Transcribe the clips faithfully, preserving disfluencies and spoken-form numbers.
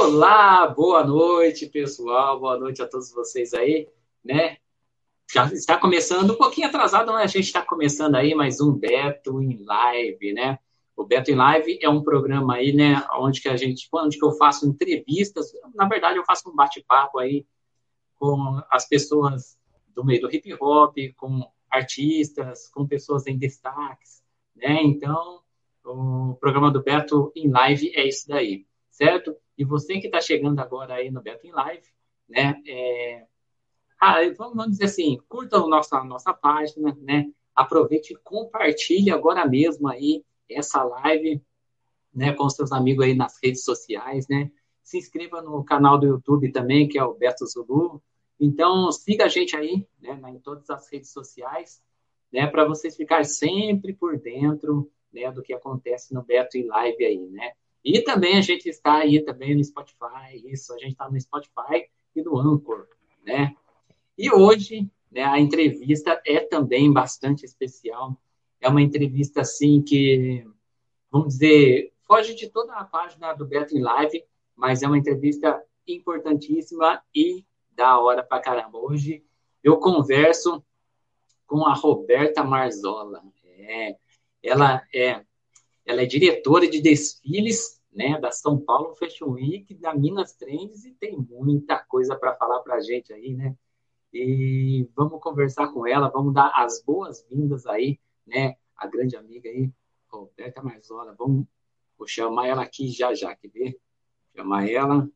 Olá, boa noite, pessoal. Boa noite a todos vocês aí, né? Já está começando, um pouquinho atrasado, né? A gente está começando aí mais um Beto em Live, né? O Beto em Live é um programa aí, né? Onde que a gente, onde que eu faço entrevistas. Na verdade, eu faço um bate-papo aí com as pessoas do meio do hip hop, com artistas, com pessoas em destaques, né? Então, o programa do Beto em Live é isso daí, certo? E você que está chegando agora aí no Beto em Live, né? É, ah, vamos dizer assim, curta a nossa, nossa página, né? Aproveite e compartilhe agora mesmo aí essa live, né, com seus amigos aí nas redes sociais, né? Se inscreva no canal do YouTube também, que é o Beto Zulu. Então, siga a gente aí, né, em todas as redes sociais, né, para vocês ficarem sempre por dentro, né, do que acontece no Beto em Live aí, né? E também a gente está aí também no Spotify, isso, a gente está no Spotify e no Anchor, né? E hoje, né, a entrevista é também bastante especial. É uma entrevista, assim, que, vamos dizer, foge de toda a página do Beto em Live, mas é uma entrevista importantíssima e da hora pra caramba. Hoje eu converso com a Roberta Marzola. É, ela, é, ela é diretora de desfiles, né, da São Paulo Fashion Week, da Minas Trends, e tem muita coisa para falar para a gente aí, né? E vamos conversar com ela, vamos dar as boas-vindas aí, né? A grande amiga aí, Roberta Marzola. Vamos vou chamar ela aqui já já, quer ver? Chamar ela.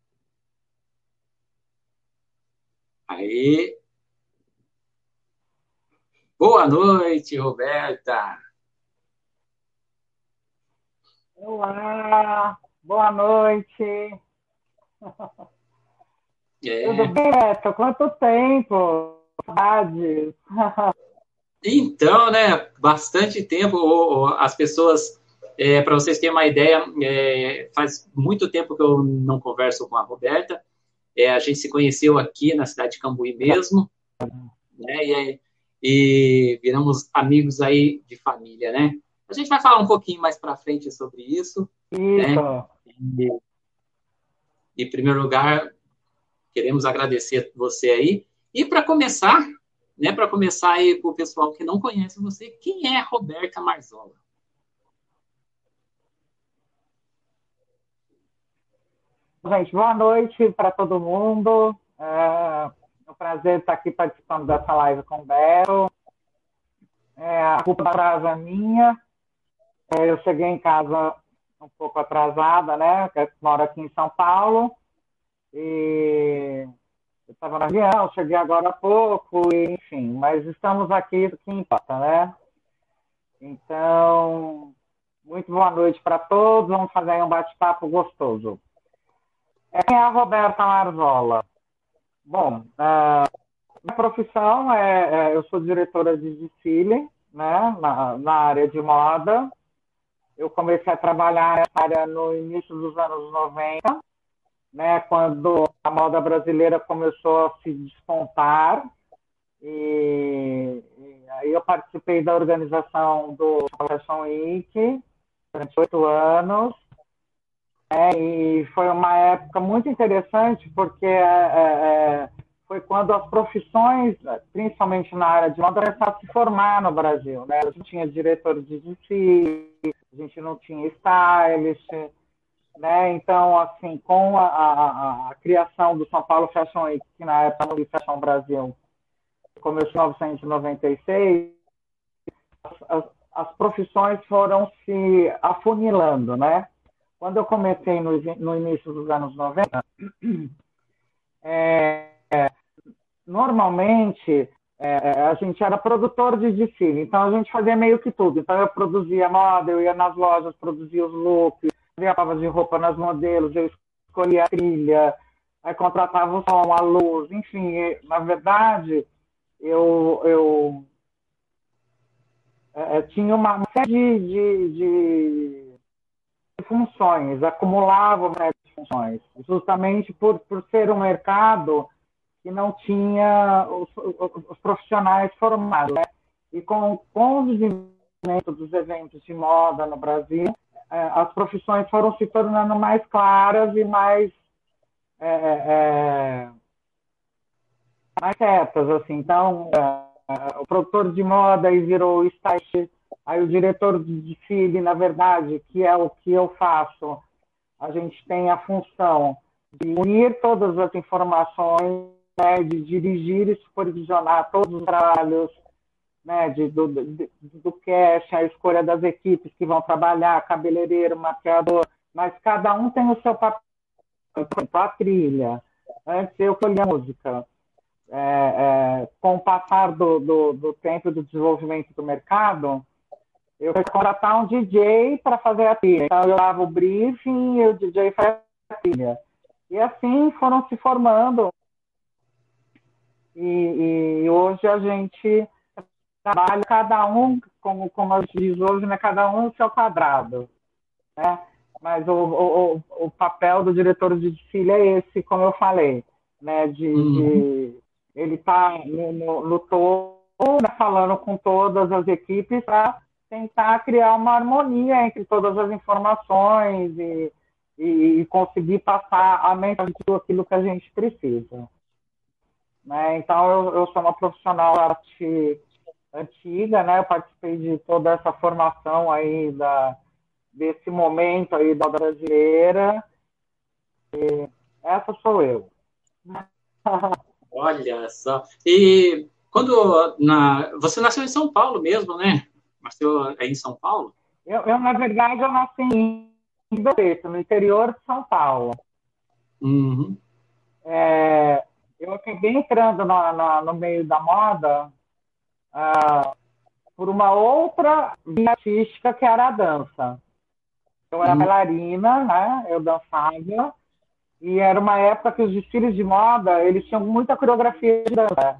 Aí. Boa noite, Roberta. Olá, boa noite. É. Tudo bem, Beto? Quanto tempo? Saudades. Então, né? Bastante tempo. As pessoas, é, para vocês terem uma ideia, é, faz muito tempo que eu não converso com a Roberta. É, a gente se conheceu aqui na cidade de Cambuí mesmo, né? E, e viramos amigos aí de família, né? A gente vai falar um pouquinho mais para frente sobre isso, né? Isso. E, em primeiro lugar, queremos agradecer você aí. E para começar, né? Para começar aí para o pessoal que não conhece você, quem é a Roberta Marzola? Gente, boa noite para todo mundo. É um prazer estar aqui participando dessa live com o Beto. É, a culpa da atraso é minha. É, eu cheguei em casa um pouco atrasada, né? Eu moro aqui em São Paulo. E eu estava no avião, cheguei agora há pouco, e, enfim, mas estamos aqui, o que importa, né? Então, muito boa noite para todos, vamos fazer aí um bate-papo gostoso. Quem é a Roberta Marzola? Bom, a minha profissão é, é, eu sou diretora de desfile, né, na, na área de moda. Eu comecei a trabalhar nessa área no início dos anos noventa, né, quando a moda brasileira começou a se despontar, e, e aí eu participei da organização do Fashion Week durante oito anos, né, e foi uma época muito interessante porque é, é, foi quando as profissões, principalmente na área de moda, começaram a se formar no Brasil, né? A gente tinha diretor de desfile, a gente não tinha stylist, né? Então, assim, com a, a, a criação do São Paulo Fashion Week, que na época no Fashion Brasil começou em mil novecentos e noventa e seis, as, as profissões foram se afunilando, né? Quando eu comecei no, no início dos anos noventa, é, é, normalmente é, a gente era produtor de desfile, então a gente fazia meio que tudo. Então eu produzia moda, eu ia nas lojas, produzia os looks, fazia provas de roupa nas modelos, eu escolhia a trilha, aí contratava o som, a luz, enfim, na verdade, eu, eu é, tinha uma série de, de, de funções, acumulava uma série de funções, justamente por, por ser um mercado que não tinha os, os profissionais formados, né? E com, com o desenvolvimento dos eventos de moda no Brasil, as profissões foram se tornando mais claras e mais é, é, mais certas, assim. Então, é, o produtor de moda aí virou o stylist, aí o diretor de desfile, na verdade, que é o que eu faço, a gente tem a função de unir todas as informações, né, de dirigir e supervisionar todos os trabalhos, né, de, do, do, do casting, a escolha das equipes que vão trabalhar, cabeleireiro, maquiador, mas cada um tem o seu papel, a trilha. Antes eu colhia a música. É, é, com o passar do, do, do tempo do desenvolvimento do mercado, eu fui contratar um D J para fazer a trilha. Então, eu dava o briefing e o D J fazia a trilha. E assim foram se formando. E, e hoje a gente trabalha cada um, como, como a gente diz hoje, né, cada um no seu quadrado. Né? Mas o, o, o papel do diretor de desfile é esse, como eu falei, né, de, Uhum. de ele está no, no, no topo, né, falando com todas as equipes para tentar criar uma harmonia entre todas as informações e, e, e conseguir passar a mensagem de tudo aquilo que a gente precisa. Né? Então, eu, eu sou uma profissional de arte antiga, né? Eu participei de toda essa formação aí da, desse momento aí da brasileira. Essa sou eu. Olha só. E quando na, você nasceu em São Paulo mesmo, né? Nasceu aí em São Paulo? Eu, eu na verdade, eu nasci em Ribeirão, no interior de São Paulo. Uhum. É, eu acabei entrando no, no, no meio da moda ah, por uma outra via artística que era a dança. Eu era Uhum. bailarina, né? Eu dançava. E era uma época que os desfiles de moda, eles tinham muita coreografia de dança.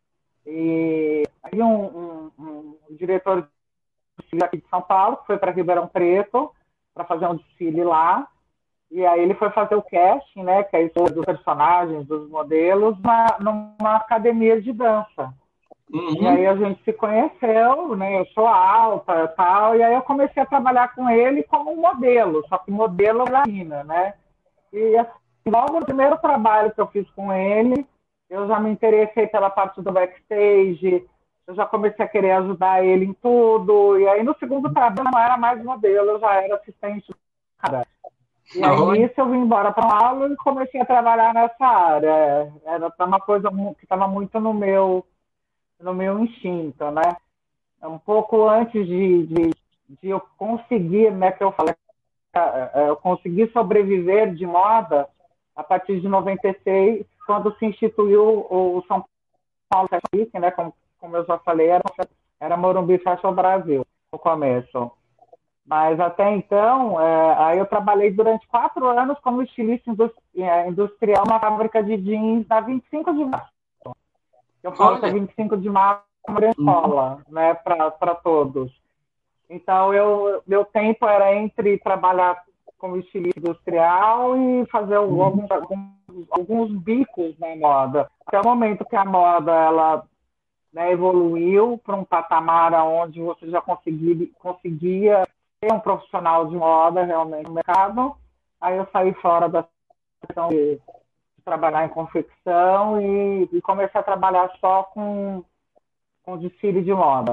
E aí um, um, um diretor de desfile aqui de São Paulo, que foi para Ribeirão Preto, para fazer um desfile lá. E aí ele foi fazer o casting, né, que é a escolha dos personagens, dos modelos, na, numa academia de dança. E aí Uhum. a gente se conheceu, né, eu sou alta e tal, e aí eu comecei a trabalhar com ele como modelo, só que modelo bailarina, né? E assim, logo no primeiro trabalho que eu fiz com ele, eu já me interessei pela parte do backstage, eu já comecei a querer ajudar ele em tudo. E aí no segundo trabalho eu não era mais modelo, eu já era assistente do cara. E aí Olha. nisso eu vim embora para São Paulo e comecei a trabalhar nessa área. Era uma coisa que estava muito no meu, no meu instinto, né? Um pouco antes de, de, de eu conseguir, né, que eu falei, eu consegui sobreviver de moda a partir de noventa e seis, quando se instituiu o São Paulo Fashion Week, né? Como, como eu já falei, era, era Morumbi Fashion Brasil no começo. Mas até então, é, aí eu trabalhei durante quatro anos como estilista industrial na fábrica de jeans na vinte e cinco de março. Eu falo que a Olha. vinte e cinco de março é uma Uhum. escola, né, para todos. Então, eu, meu tempo era entre trabalhar como estilista industrial e fazer Uhum. alguns, alguns, alguns bicos na moda. Até o momento que a moda ela, né, evoluiu para um patamar onde você já conseguia, conseguia ser um profissional de moda realmente no mercado. Aí eu saí fora da questão de, de trabalhar em confecção e, e comecei a trabalhar só com, com desfile de moda.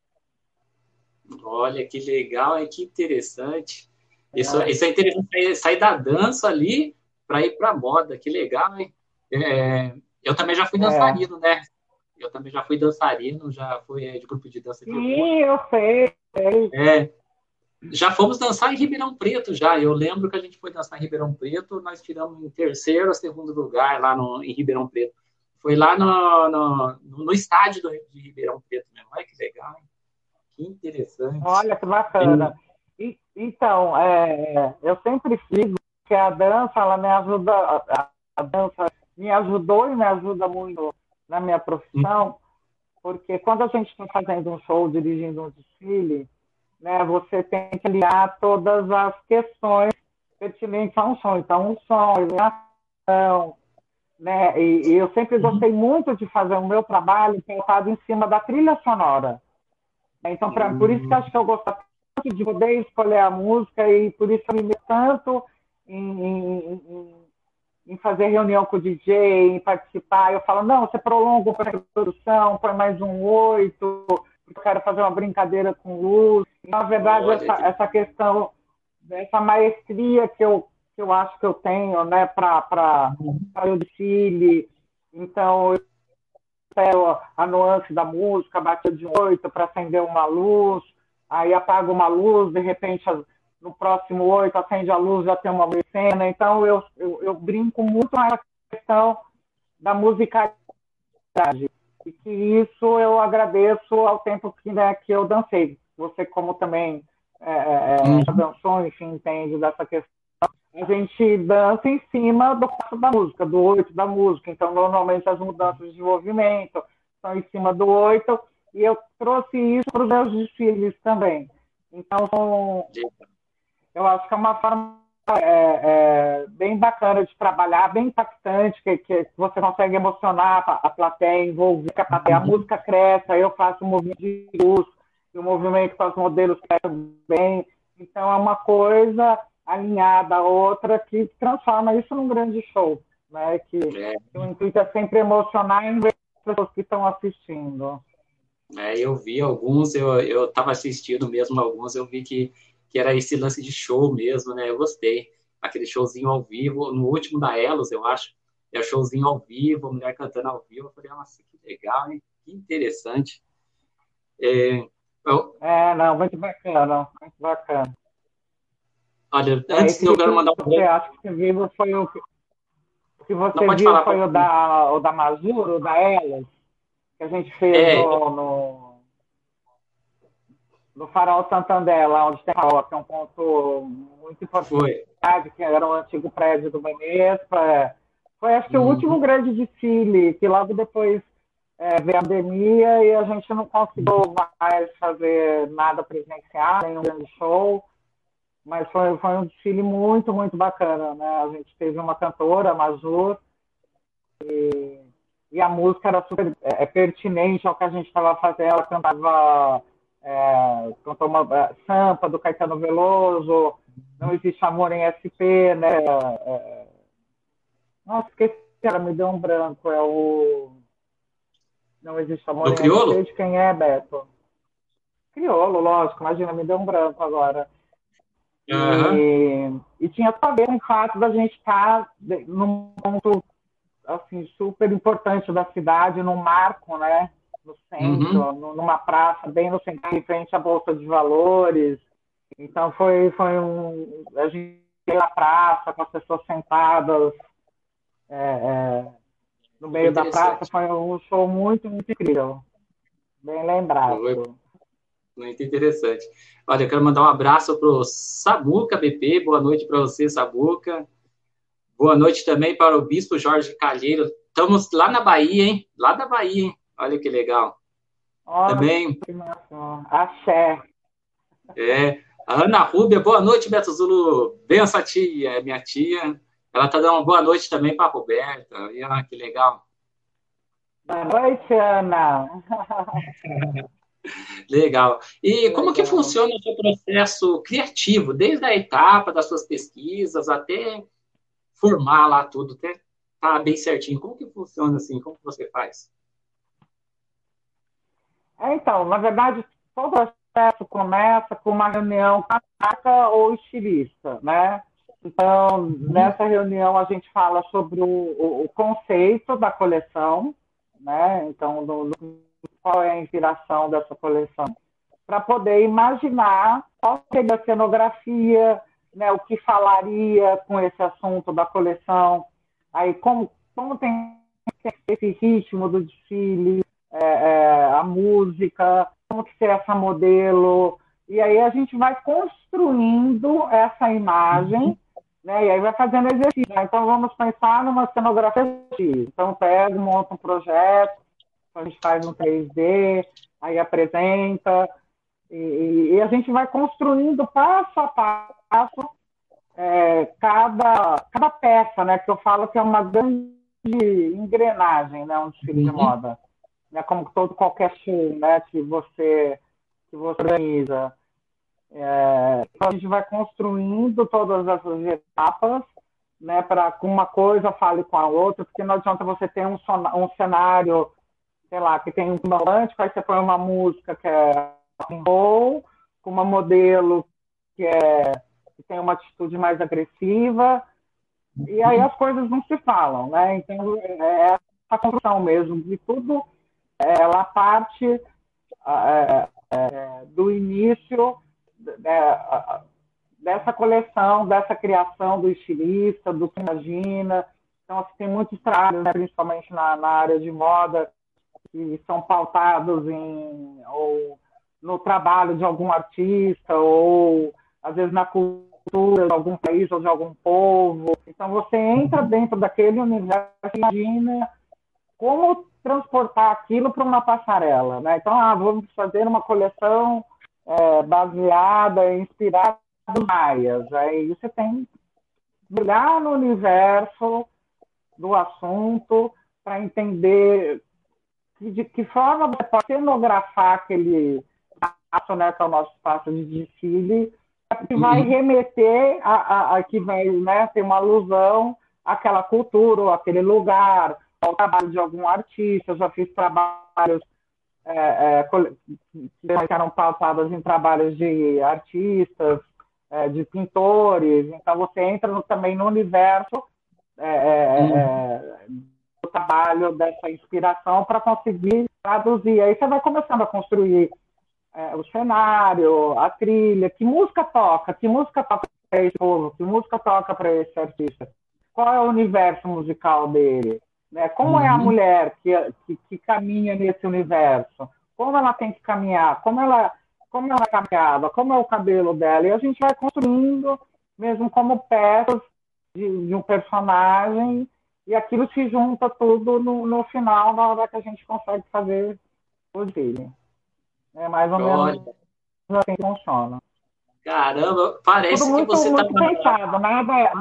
Olha que legal, hein? Que interessante. Isso, isso é interessante, sair sair da dança ali para ir para a moda, que legal, hein? É, eu também já fui É. dançarino, né? Eu também já fui dançarino, já fui é, de grupo de dança de rua. Sim, eu sei. sei. É, já fomos dançar em Ribeirão Preto, já. Eu lembro que a gente foi dançar em Ribeirão Preto, nós tiramos em terceiro ou segundo lugar lá no, em Ribeirão Preto. Foi lá no, no, no estádio do, de Ribeirão Preto mesmo. Olha que legal, hein? Que interessante. Olha que bacana. E, então, é, eu sempre digo que a dança, ela me ajuda, a, a dança me ajudou e me ajuda muito na minha profissão, porque quando a gente está fazendo um show, dirigindo um desfile, né, você tem que aliar todas as questões pertinentes a um som. Então, um som, iluminação, né, e, e eu sempre gostei muito de fazer o meu trabalho pautado em cima da trilha sonora. Então, pra, por isso que acho que eu gosto tanto de poder escolher a música e por isso eu me meto tanto em, em, em, em fazer reunião com o D J, em participar. Eu falo, não, você prolonga para a produção, põe mais um oito, porque eu quero fazer uma brincadeira com luz. Na verdade, Olha, essa, que- essa questão, essa maestria que eu, que eu acho que eu tenho, né, para o desfile. Então, eu pego a nuance da música, bato de oito para acender uma luz, aí apago uma luz, de repente no próximo oito acende a luz, já tem uma luz cena. Então eu, eu, eu brinco muito com essa questão da musicalidade. E que isso eu agradeço ao tempo que, né, que eu dancei. Você, como também é, é, já Uhum. dançou, enfim, entende dessa questão. A gente dança em cima do passo da música, do oito da música. Então, normalmente, as mudanças de movimento são em cima do oito. E eu trouxe isso para os meus desfiles também. Então, eu acho que é uma forma é, é, bem bacana de trabalhar, bem impactante, que, que você consegue emocionar a, a plateia, envolver a plateia. A música cresce, aí eu faço um movimento de luz, e o movimento com os modelos cresce bem. Então, é uma coisa alinhada a outra que transforma isso num grande show, né? Que, É, que o intuito é sempre emocionar e envolver as pessoas que estão assistindo. é, eu vi alguns, eu eu estava assistindo mesmo alguns, eu vi que, que era esse lance de show mesmo, né? Eu gostei. Aquele showzinho ao vivo, no último da Elos, eu acho, é showzinho ao vivo, a mulher cantando ao vivo. Eu falei, nossa, que legal, hein? Que interessante. É, eu- É, não, muito bacana, muito bacana. olha, É, antes esse eu que quero mandar um você grande. acha que você viu foi o que, o que Não, você pode viu falar, foi pode o falar. da, o da Mazur, o da Elas, que a gente fez É, no, no, no Farol Santander, lá onde tem a Farol, que é um ponto muito foi. importante, que era o antigo prédio do Banespa. Foi, acho que, o último Uhum. grande desfile, que logo depois é, veio a pandemia e a gente não conseguiu mais fazer nada presencial, nenhum grande show. Mas foi, foi um desfile muito, muito bacana, né? A gente teve uma cantora, a Majur, e a música era super é, pertinente ao que a gente estava fazendo. Ela cantava, é, cantou uma é, Sampa, do Caetano Veloso, Não Existe Amor em S P, né? É, nossa, esqueci, cara, me deu um branco. É o Não Existe Amor Do em S P, Criolo? de quem é, Beto? Criolo, lógico, imagina, me deu um branco agora. Aham. E, e tinha só a ver com o fato da gente estar num ponto assim, super importante da cidade, num marco, né? No Uhum. centro, numa praça, bem no centro, em frente à Bolsa de Valores. Então foi, foi um. A gente ia na praça com as pessoas sentadas é, é, no Foi meio da praça, interessante. foi um show muito, muito incrível. Bem Foi lembrado. muito interessante. Olha, eu quero mandar um abraço para o Samuca B P. Boa noite para você, Samuca. Boa noite também para o Bispo Jorge Calheiro. Estamos lá na Bahia, hein? Lá da Bahia, hein? Olha que legal. Também Ótimo. Axé. é, a Ana Rúbia. Boa noite, Beto Zulu. Benção, tia, é minha tia. Ela está dando uma boa noite também para a Roberta. E, ah, que legal. Boa noite, Ana. Legal. E como que Legal. funciona o seu processo criativo, desde a etapa das suas pesquisas até formar lá tudo, até tá bem certinho? Como que funciona assim? Como que você faz? É, então, na verdade, todo o processo começa com uma reunião com a marca ou estilista, né? Então, Uhum. nessa reunião a gente fala sobre o, o, o conceito da coleção, né? Então, do, do, qual é a inspiração dessa coleção, para poder imaginar qual seria a cenografia, né? O que falaria com esse assunto da coleção, aí como, como tem esse ritmo do desfile, é, é, a música, como que ser essa modelo. E aí a gente vai construindo essa imagem, né? E aí vai fazendo exercício. Né? Então vamos pensar numa cenografia. Então pega, monta um projeto, a gente faz um três D, aí apresenta, e, e a gente vai construindo passo a passo é, cada, cada peça, né? Que eu falo que é uma grande engrenagem, né? Um desfile de Uhum. moda, né? Como todo qualquer show, né? Que você que você organiza. É, então a gente vai construindo todas essas etapas né, para que uma coisa fale com a outra, porque não adianta você ter um, sona- um cenário, sei lá, que tem um romântico, aí você põe uma música que é ou com uma modelo que, é, que tem uma atitude mais agressiva, e aí as coisas não se falam, né? Então, é essa construção mesmo de tudo, ela parte é, é, do início é, dessa coleção, dessa criação do estilista, do que imagina. Então, assim, tem muitos trabalhos, né, principalmente na, na área de moda, que são pautados em, ou no trabalho de algum artista, ou às vezes na cultura de algum país ou de algum povo. Então, você entra dentro daquele universo e imagina como transportar aquilo para uma passarela, né? Então, ah, vamos fazer uma coleção é, baseada, inspirada nos maias. Aí você tem que mergulhar no universo do assunto para entender de que forma você pode cenografar aquele espaço, né, que é o nosso espaço de desfile, que vai remeter a, a, a que vai, né, ter uma alusão àquela cultura, ou àquele lugar, ao trabalho de algum artista. Eu já fiz trabalhos é, é, que eram pautados em trabalhos de artistas, é, de pintores. Então você entra no, também no universo é, é, do trabalho, dessa inspiração para conseguir traduzir. Aí você vai começando a construir é, o cenário, a trilha, que música toca, que música toca para esse povo, que música toca para esse artista, qual é o universo musical dele, né? Como é a mulher que, que, que caminha nesse universo, como ela tem que caminhar, como ela, como ela é caminhada, como é o cabelo dela, e a gente vai construindo mesmo como peças de, de um personagem, e aquilo se junta tudo no, no final, na hora que a gente consegue fazer o desfile. É mais ou menos Olha, assim que funciona. caramba, Tudo parece que muito, você tá. muito pensado, nada é,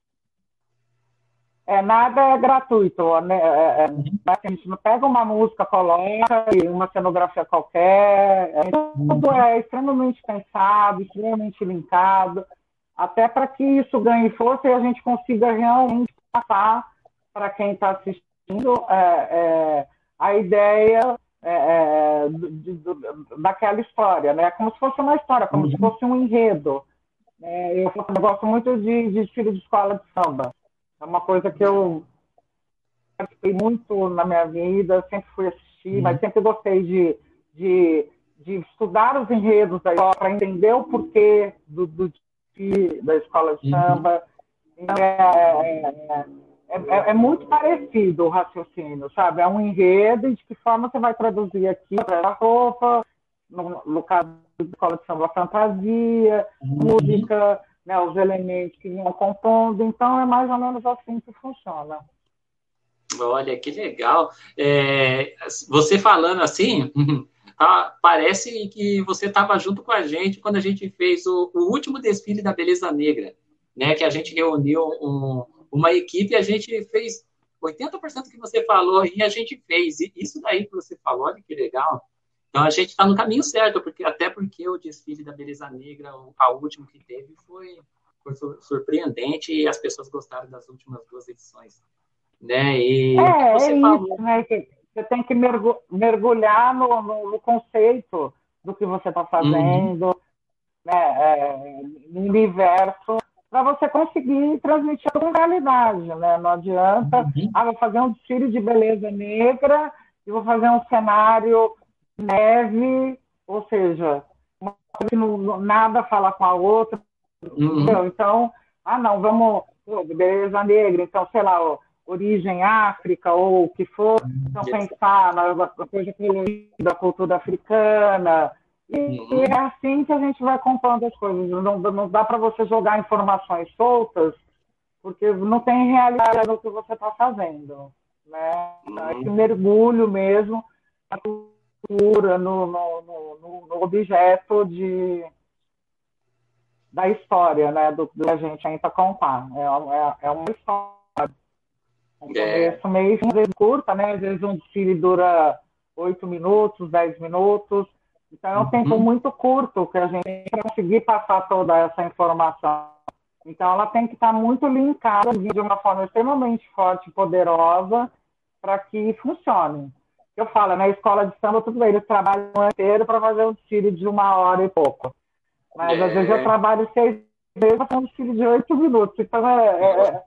é, nada é gratuito, né? É, é, a gente não pega uma música, coloca e uma cenografia qualquer, é, tudo é extremamente pensado, extremamente linkado, até para que isso ganhe força e a gente consiga realmente passar para quem está assistindo é, é, a ideia é, é, de, de, daquela história, né? Como se fosse uma história, como se fosse um enredo. É, eu, eu gosto muito de, de estilo de escola de samba. É uma coisa que eu participei muito na minha vida, sempre fui assistir, mas sempre gostei de, de, de estudar os enredos da escola para entender o porquê do, do, da escola de samba. Então, é, é, é, é muito parecido o raciocínio, sabe? É um enredo e de que forma você vai traduzir aqui a roupa, no, no caso da escola de samba, a fantasia, música, né, os elementos que vão compondo. Então, é mais ou menos assim que funciona. Olha, que legal. É, você falando assim, tá, parece que você estava junto com a gente quando a gente fez o, o último desfile da Beleza Negra, né? Que a gente reuniu um, uma equipe e a gente fez oitenta por cento que você falou e a gente fez. E isso daí que você falou, olha que legal. Então a gente está no caminho certo, porque até porque o desfile da Beleza Negra, a última que teve, foi, foi surpreendente e as pessoas gostaram das últimas duas edições. Né? E o que É, é você isso, falou. né? Você tem que mergulhar no, no, no conceito do que você está Uhum. fazendo, né? É, no universo, para você conseguir transmitir com realidade, né? Não adianta, Uhum. ah, vou fazer um desfile de beleza negra e vou fazer um cenário de neve, ou seja, uma coisa que não, nada fala com a outra, Uhum. entendeu? Então, ah, não, vamos, pô, beleza negra, então, sei lá, ó, origem África ou o que for, então pensar na coisa colorida da cultura africana. E, e Uhum. é assim que a gente vai compondo as coisas. Não, não dá para você jogar informações soltas, porque não tem realidade no que você está fazendo. Né? Esse Uhum. mergulho mesmo na cultura, no, no, no, no objeto de, da história, né? Do, do que a gente tenta contar. É, é, é uma história. Um É. começo, meio, às vezes curta, né? Às vezes um desfile dura oito minutos, dez minutos. Então é um tempo Uhum. muito curto que a gente tem para conseguir passar toda essa informação. Então, ela tem que estar muito linkada de uma forma extremamente forte e poderosa para que funcione. Eu falo, na escola de samba, tudo bem, eles trabalham o ano inteiro para fazer um desfile de uma hora e pouco. Mas, É. às vezes, eu trabalho seis meses para fazer um desfile de oito minutos. Então, é, é,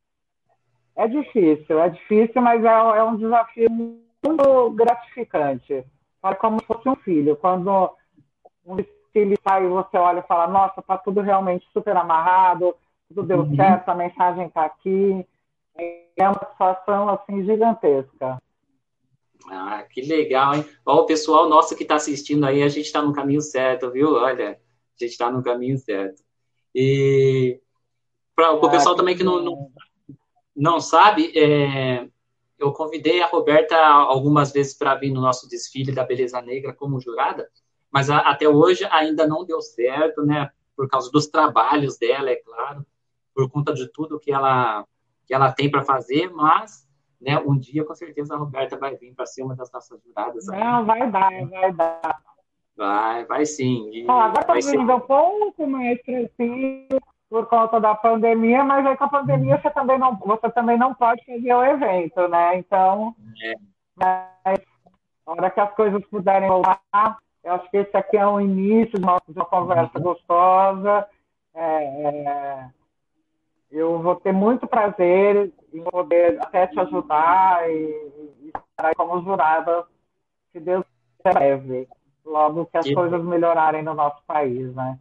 é difícil, é difícil, mas é, é um desafio muito gratificante. É como se fosse um filho. Quando um desfile sai e você olha e fala, nossa, está tudo realmente super amarrado, tudo deu Uhum. certo, a mensagem está aqui. É uma satisfação, assim, gigantesca. Ah, que legal, hein? Ó, o pessoal nosso que está assistindo aí, a gente está no caminho certo, viu? Olha, a gente está no caminho certo. E para o Ah, pessoal que também que não, não, bom. não sabe, é, eu convidei a Roberta algumas vezes para vir no nosso desfile da Beleza Negra como jurada, mas a, até hoje ainda não deu certo, né? Por causa dos trabalhos dela, é claro, por conta de tudo que ela, que ela tem para fazer, mas, né, um dia com certeza a Roberta vai vir para ser uma das nossas juradas aí. Não, vai dar, vai dar. Vai, vai sim. Bom, E agora vai estamos ser. vindo um pouco mais tranquilo por conta da pandemia, mas aí com a pandemia você também não, você também não pode fazer o evento, né? Então, É, na hora que as coisas puderem voltar, eu acho que esse aqui é o início de uma, de uma conversa gostosa. É, é, eu vou ter muito prazer em poder até te ajudar e, e estar aí como jurada, se Deus quiser, breve, logo que as que, coisas melhorarem no nosso país, né?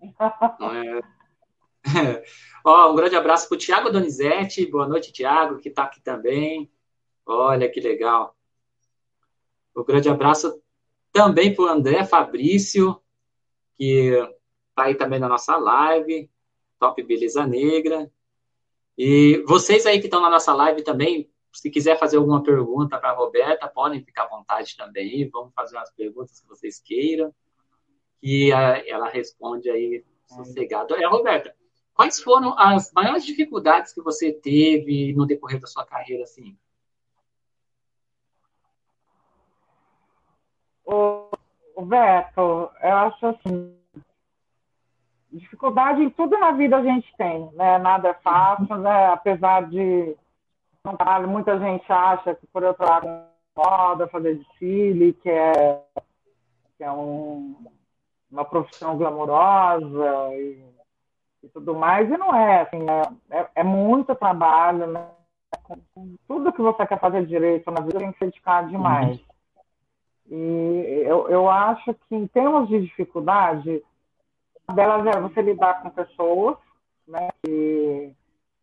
é, ó, um grande abraço para o Tiago Donizete. Boa noite, Tiago, que está aqui também. Olha que legal. Um grande abraço também para o André Fabrício, que está aí também na nossa live. Top Beleza Negra. E vocês aí que estão na nossa live também, se quiser fazer alguma pergunta para a Roberta, podem ficar à vontade também. Vamos fazer umas perguntas que vocês queiram. E a, ela responde aí sossegado. É, Roberta, quais foram as maiores dificuldades que você teve no decorrer da sua carreira, assim? O, o Beto, eu acho assim, dificuldade em tudo na vida a gente tem, né? Nada é fácil, né? Apesar de não trabalho, muita gente acha que por eu trabalhar com moda, fazer desfile, que é, que é um, uma profissão glamourosa e, e tudo mais, e não é, assim, é, é, é muito trabalho, né? Com, com tudo que você quer fazer direito na vida tem que se dedicar demais. E eu, eu acho que em termos de dificuldade, uma delas é você lidar com pessoas, né? E,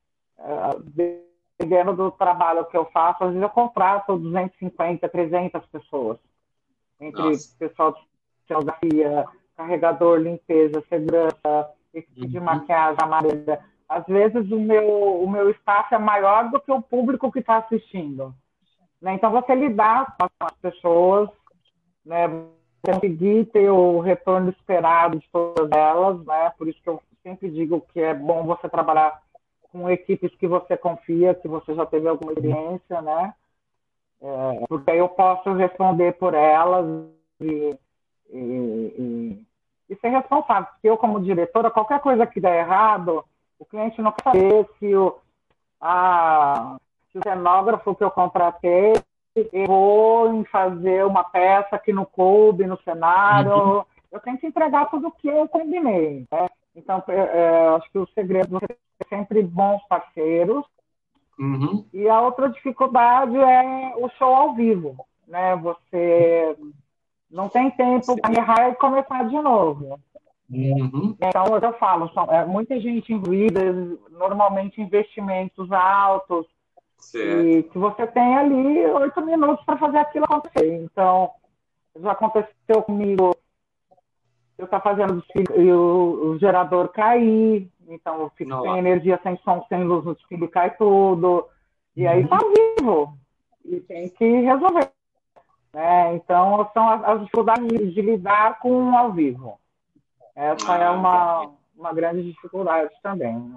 uh, dependendo do trabalho que eu faço, às vezes eu contrato duzentas e cinquenta, trezentas pessoas, entre Nossa. pessoal de cenografia, carregador, limpeza, segurança, equipe de Uhum. maquiagem, amarela. Às vezes o meu, o meu staff é maior do que o público que está assistindo. Né? Então, você lidar com as pessoas, né? Conseguir ter o retorno esperado de todas elas, né? Por isso que eu sempre digo que é bom você trabalhar com equipes que você confia, que você já teve alguma experiência, né? É, porque aí eu posso responder por elas e, e, e, e ser responsável. Porque eu, como diretora, qualquer coisa que der errado, o cliente não quer saber se o, a, se o cenógrafo que eu contratei errou em fazer uma peça que não coube no cenário. Uhum. Eu tenho que entregar tudo o que eu combinei, né? Então, é, acho que o segredo é ter sempre bons parceiros. Uhum. E a outra dificuldade é o show ao vivo, né? Você não tem tempo para errar e começar de novo. Uhum. Então, eu falo, são, é, muita gente envolvida, normalmente investimentos altos, Certo. e que você tem ali oito minutos para fazer aquilo acontecer. Então, já aconteceu comigo, eu estar fazendo desfile e o, o gerador cair, então eu fico sem Nossa. energia, sem som, sem luz, no desfile cai tudo, e aí tá vivo, e tem que resolver. Né? Então, são as, as dificuldades de, de lidar com o ao vivo. Essa é Ah, entendi. uma, uma grande dificuldade também. Né?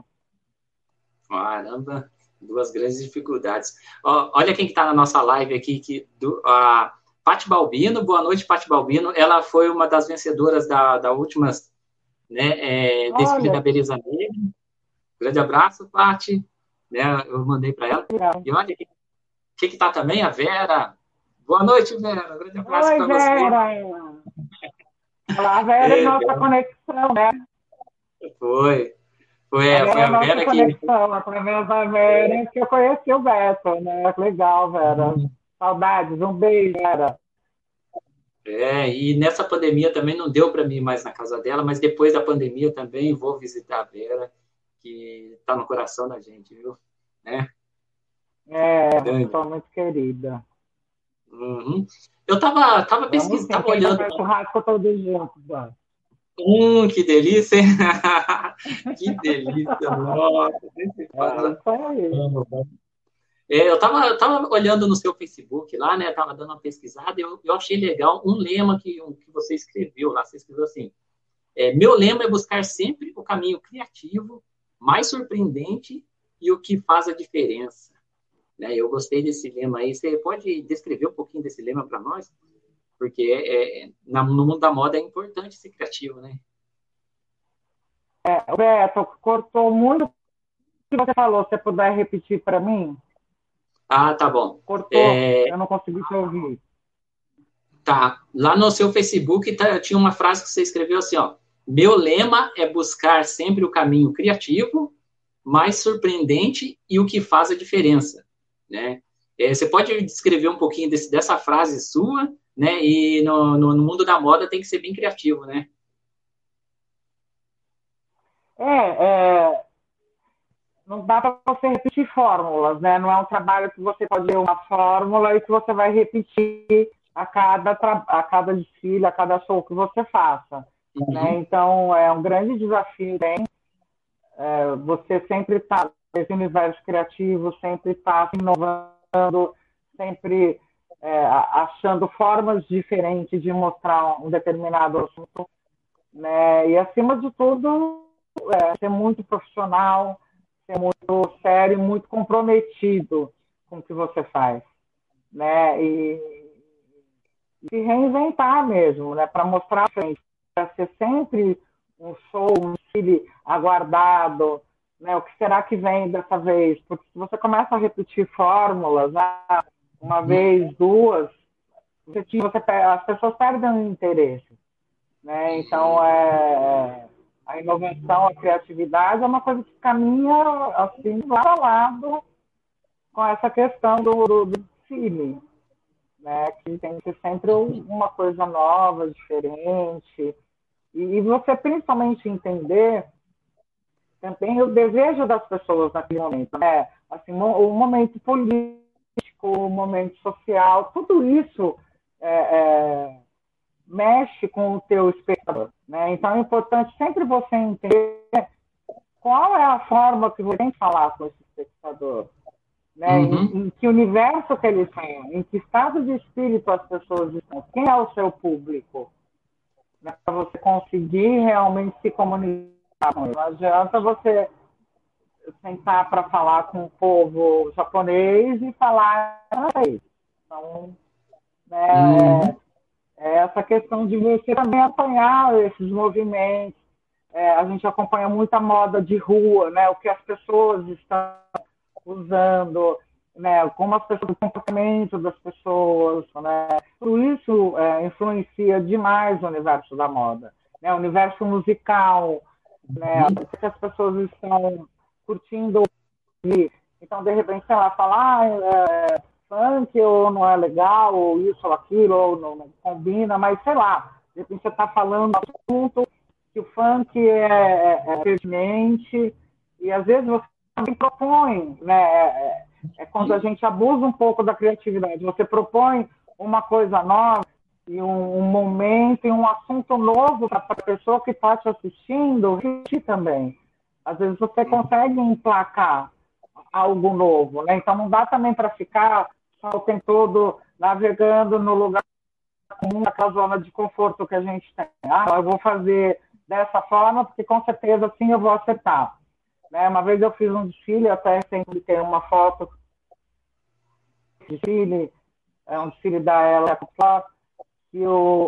Caramba, duas grandes dificuldades. Ó, olha quem que está na nossa live aqui, que, do, a Paty Balbino. Boa noite, Paty Balbino. Ela foi uma das vencedoras da, da última, né, é, desfile da Olha, Beleza Negra. Grande abraço, Paty. Né, eu mandei para ela. E olha, aqui que está também a Vera. Boa noite, Vera. Um grande abraço para você. Oi, Vera. A Vera é, é nossa Vera. Conexão, né? Foi. Foi, é, foi a, a Vera conexão, que... através da Vera que eu conheci o Beto, né? Legal, Vera. Uhum. Saudades. Um beijo, Vera. É, e nessa pandemia também não deu para mim mais na casa dela, mas depois da pandemia também vou visitar a Vera, que está no coração da gente, viu? Né? É, pessoa muito querida. Uhum. Eu estava tava pesquisando, estava olhando. Faz churrasco todos juntos, ó. Hum, que delícia, hein? Que delícia, nossa. É isso aí. É, eu estava eu tava olhando no seu Facebook lá, né? Estava dando uma pesquisada e eu, eu achei legal um lema que, um, que você escreveu lá. Você escreveu assim: é, meu lema é buscar sempre o caminho criativo, mais surpreendente e o que faz a diferença. Né? Eu gostei desse lema aí. Você pode descrever um pouquinho desse lema para nós? Porque é, é, no mundo da moda é importante ser criativo, né? É, Beto, cortou muito o que você falou. Se você puder repetir para mim? Ah, tá bom. Cortou, é... eu não consegui te ouvir. Tá. Lá no seu Facebook tá, tinha uma frase que você escreveu assim, ó. Meu lema é buscar sempre o caminho criativo, mais surpreendente e o que faz a diferença, né? É, você pode descrever um pouquinho desse, dessa frase sua, né? E no, no, no mundo da moda tem que ser bem criativo, né? É, é... não dá para você repetir fórmulas, né? Não é um trabalho que você pode ter uma fórmula e que você vai repetir a cada, a cada desfile, a cada show que você faça. Uhum. Né? Então, é um grande desafio, hein? É, você sempre está nesse universo criativo, sempre está inovando, sempre é, achando formas diferentes de mostrar um determinado assunto. Né? E, acima de tudo, é, ser muito profissional, ser muito sério, muito comprometido com o que você faz, né? E, e se reinventar mesmo, né? Para mostrar para ser sempre um show, um desfile aguardado, né? O que será que vem dessa vez? Porque se você começa a repetir fórmulas, ah, uma vez, duas, você, você, as pessoas perdem o interesse, né? Então, é a inovação, a criatividade é uma coisa que caminha assim, lado a lado com essa questão do, do, do desfile, né? Que tem que ser sempre uma coisa nova, diferente. E, e você principalmente entender também o desejo das pessoas naquele momento, né? Assim, o momento político, o momento social, tudo isso é, é, mexe com o teu espectador, né? Então é importante sempre você entender qual é a forma que você tem de falar com esse espectador, né? Uhum. Em, em que universo que eles estão, em que estado de espírito as pessoas estão, quem é o seu público, né? Para você conseguir realmente se comunicar com ele. Não adianta você sentar para falar com o povo japonês e falar inglês. Então, né? Uhum. É essa questão de você também acompanhar esses movimentos. É, a gente acompanha muita moda de rua, né? O que as pessoas estão usando, né? Como as pessoas, o comportamento das pessoas, né? Tudo isso é, influencia demais o universo da moda, né? O universo musical, né? O que as pessoas estão curtindo ouvir. Então, de repente, sei lá, falar ah, é, funk ou não é legal, ou isso ou aquilo, ou não, não combina, mas sei lá, de repente você está falando um assunto que o funk é, é, é pertinente, e às vezes você também propõe, né? É, é quando a gente abusa um pouco da criatividade, você propõe uma coisa nova, e um, um momento, e um assunto novo para a pessoa que está te assistindo, repetir também. Às vezes você consegue emplacar algo novo, né? Então não dá também para ficar só o tempo todo navegando no lugar comum, naquela zona de conforto que a gente tem. Ah, eu vou fazer dessa forma, porque com certeza assim eu vou acertar. Né? Uma vez eu fiz um desfile, até sempre tem uma foto de desfile, é um desfile da Ela e o,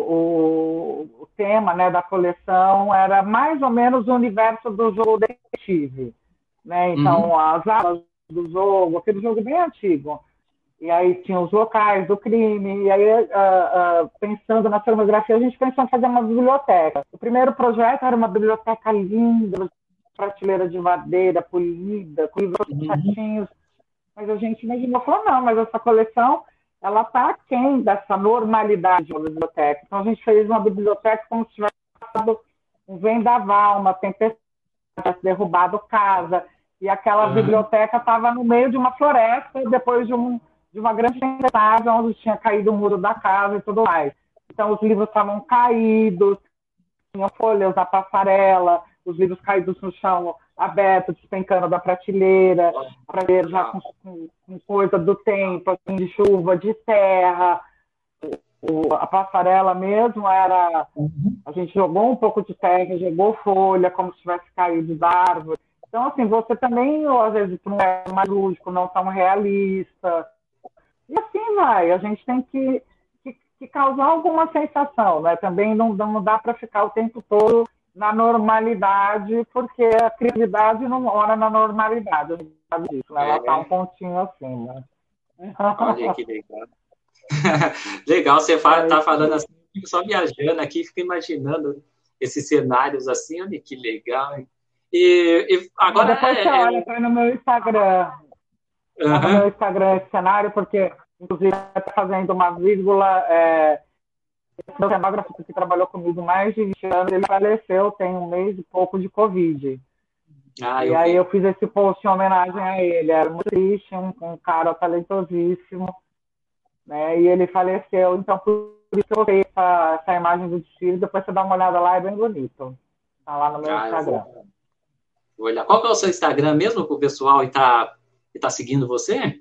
o, o tema, né, da coleção era mais ou menos o universo do jogo detetive. né? Uhum. Então, as aulas do jogo, aquele jogo bem antigo. E aí tinha os locais do crime, e aí, uh, uh, pensando na filmografia, a gente pensou em fazer uma biblioteca. O primeiro projeto era uma biblioteca linda, prateleira de madeira polida, com livros Uhum. chatinhos, mas a gente imaginou, falou, não, mas essa coleção, ela está aquém dessa normalidade da biblioteca. Então a gente fez uma biblioteca como se tivesse passado um vendaval, uma tempestade, tivesse derrubado casa, e aquela Uhum. biblioteca estava no meio de uma floresta, depois de, um, de uma grande tempestade, onde tinha caído o muro da casa e tudo mais. Então os livros estavam caídos, tinham folhas na passarela, os livros caídos no chão aberto, despencando da prateleira, a prateleira já com, com, com coisa do tempo, assim, de chuva, de terra. O, a passarela mesmo era... Uhum. A gente jogou um pouco de terra, jogou folha, como se tivesse caído da árvore. Então, assim, você também, às vezes, não é mais lúdico, não tão realista. E assim vai. A gente tem que, que, que causar alguma sensação, né? Também não, não dá para ficar o tempo todo na normalidade, porque a criatividade não mora na normalidade. A gente sabe disso, né? Ela está um É, pontinho acima. olha que legal. Legal, você É está isso falando aí. assim, eu fico só viajando aqui, fico imaginando esses cenários assim, olha que legal. Hein? E, e Não, agora depois você é, é, olha, põe no meu Instagram. Tá no meu uhum. Instagram esse cenário, porque, inclusive, está fazendo uma vírgula. É, meu cenógrafo que trabalhou comigo mais de vinte anos, ele faleceu, tem um mês e pouco de Covid. Ah, E eu aí eu vi. fiz esse post em homenagem a ele. Era muito triste, um, um cara talentosíssimo, né? E ele faleceu, então por isso que eu botei essa, essa imagem do desfile. Depois você dá uma olhada lá, é bem bonito. Tá lá no meu Ah, eu Instagram. vou, vou olhar. Qual que é o seu Instagram mesmo para o pessoal e tá, e tá seguindo você?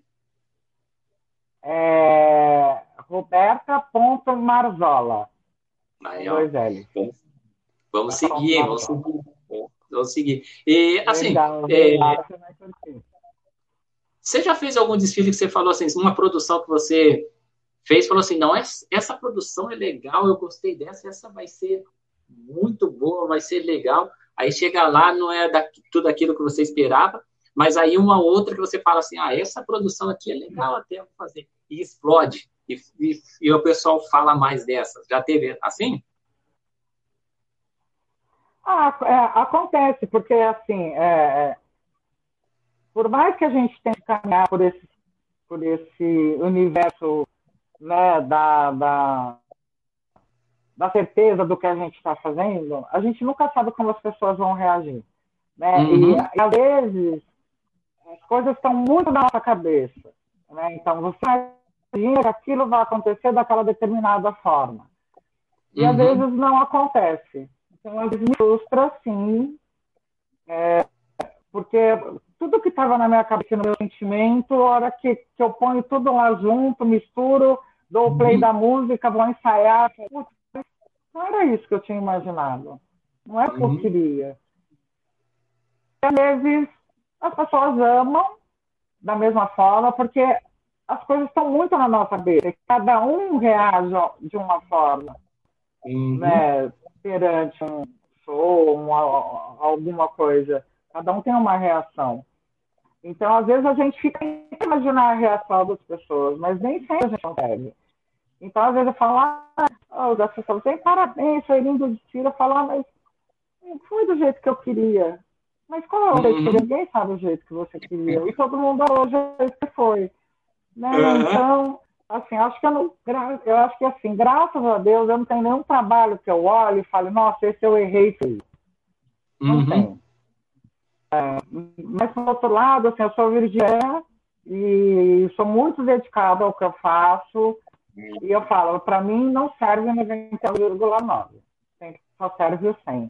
É Roberta.marzola, Aí, com ó. dois L's. Vamos, vamos seguir, hein? Vamos Roberta.marzola. seguir. Vamos seguir. E, assim, Legal, vê lá é, que você vai curtir. você já fez algum desfile que você falou assim, uma produção que você fez, falou assim, não, essa, essa produção é legal, eu gostei dessa, essa vai ser muito boa, vai ser legal. Aí chega lá, não é da, tudo aquilo que você esperava, mas aí uma outra que você fala assim, ah, essa produção aqui é legal até eu fazer. E explode. E, e, e o pessoal fala mais dessas. Já teve assim? Ah, é, acontece, porque assim, é, é, por mais que a gente tente caminhar por esse, por esse universo, né, da, da, da certeza do que a gente está fazendo, a gente nunca sabe como as pessoas vão reagir. Né? E, Uhum, e às vezes as coisas estão muito na nossa cabeça. Né? Então você imagina que aquilo vai acontecer daquela determinada forma. E às uhum, vezes não acontece. Então, às vezes me frustra, sim, porque tudo que estava na minha cabeça, no meu sentimento, a hora que, que eu ponho tudo lá junto, misturo, dou o play uhum, da música, vou ensaiar, putz, não era isso que eu tinha imaginado. Não é o que eu uhum, queria. E, às vezes as pessoas amam da mesma forma, porque as coisas estão muito na nossa cabeça. Cada um reage de uma forma, uhum, né, perante um show, uma, alguma coisa. Cada um tem uma reação. Então, às vezes, a gente fica tentando imaginar a reação das pessoas, mas nem sempre a gente consegue. Então, às vezes, eu falo, ah, oh, das pessoas, tem parabéns, foi lindo de tiro. Eu falo, ah, mas não foi do jeito que eu queria. Mas qual é o jeito que uhum, ninguém sabe o jeito que você queria? E todo mundo falou o jeito que foi. Né? uhum, Então, assim, acho que eu, não, eu acho que assim, graças a Deus, eu não tenho nenhum trabalho que eu olhe e fale, nossa, esse eu errei. Não uhum, tem. Mas, por outro lado, assim, eu sou virginiana e sou muito dedicada ao que eu faço. E eu falo, para mim não serve noventa e um vírgula nove. Só serve o cem.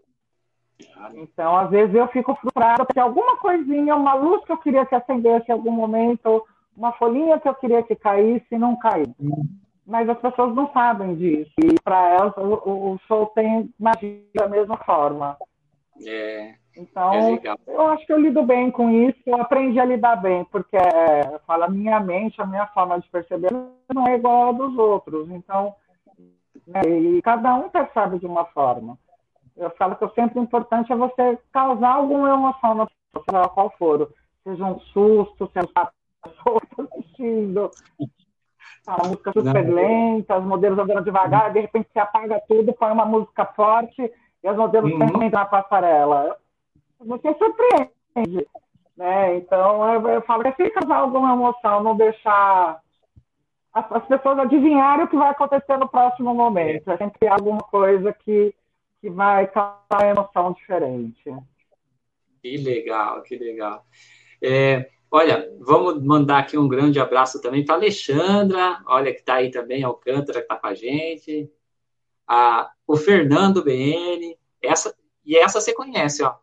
Então, às vezes eu fico frustrada porque alguma coisinha, uma luz que eu queria que acendesse em algum momento, uma folhinha que eu queria que caísse, não caiu. Mas as pessoas não sabem disso. E para elas, o, o show tem magia da mesma forma. é, é Então, legal. eu acho que eu lido bem com isso, eu aprendi a lidar bem, porque é, eu falo, a minha mente, a minha forma de perceber não é igual a dos outros. Então, né, e cada um percebe de uma forma. Eu falo que o sempre importante é você causar alguma emoção na seja qual for, seja um susto, seja uma pessoa que está assistindo, a música super Não, lenta, os modelos andando devagar, de repente se apaga tudo, põe uma música forte e os modelos uhum, entram na passarela. Você surpreende, né? Então, eu, eu falo que se causar alguma emoção, não deixar as, as pessoas adivinharem o que vai acontecer no próximo é, momento. É sempre alguma coisa que, que vai causar uma emoção diferente. que legal, que legal. É, olha, vamos mandar aqui um grande abraço também para Alexandra, olha que está aí também, Alcântara, que está com a gente, a, o Fernando B N, essa, e essa você conhece, ó.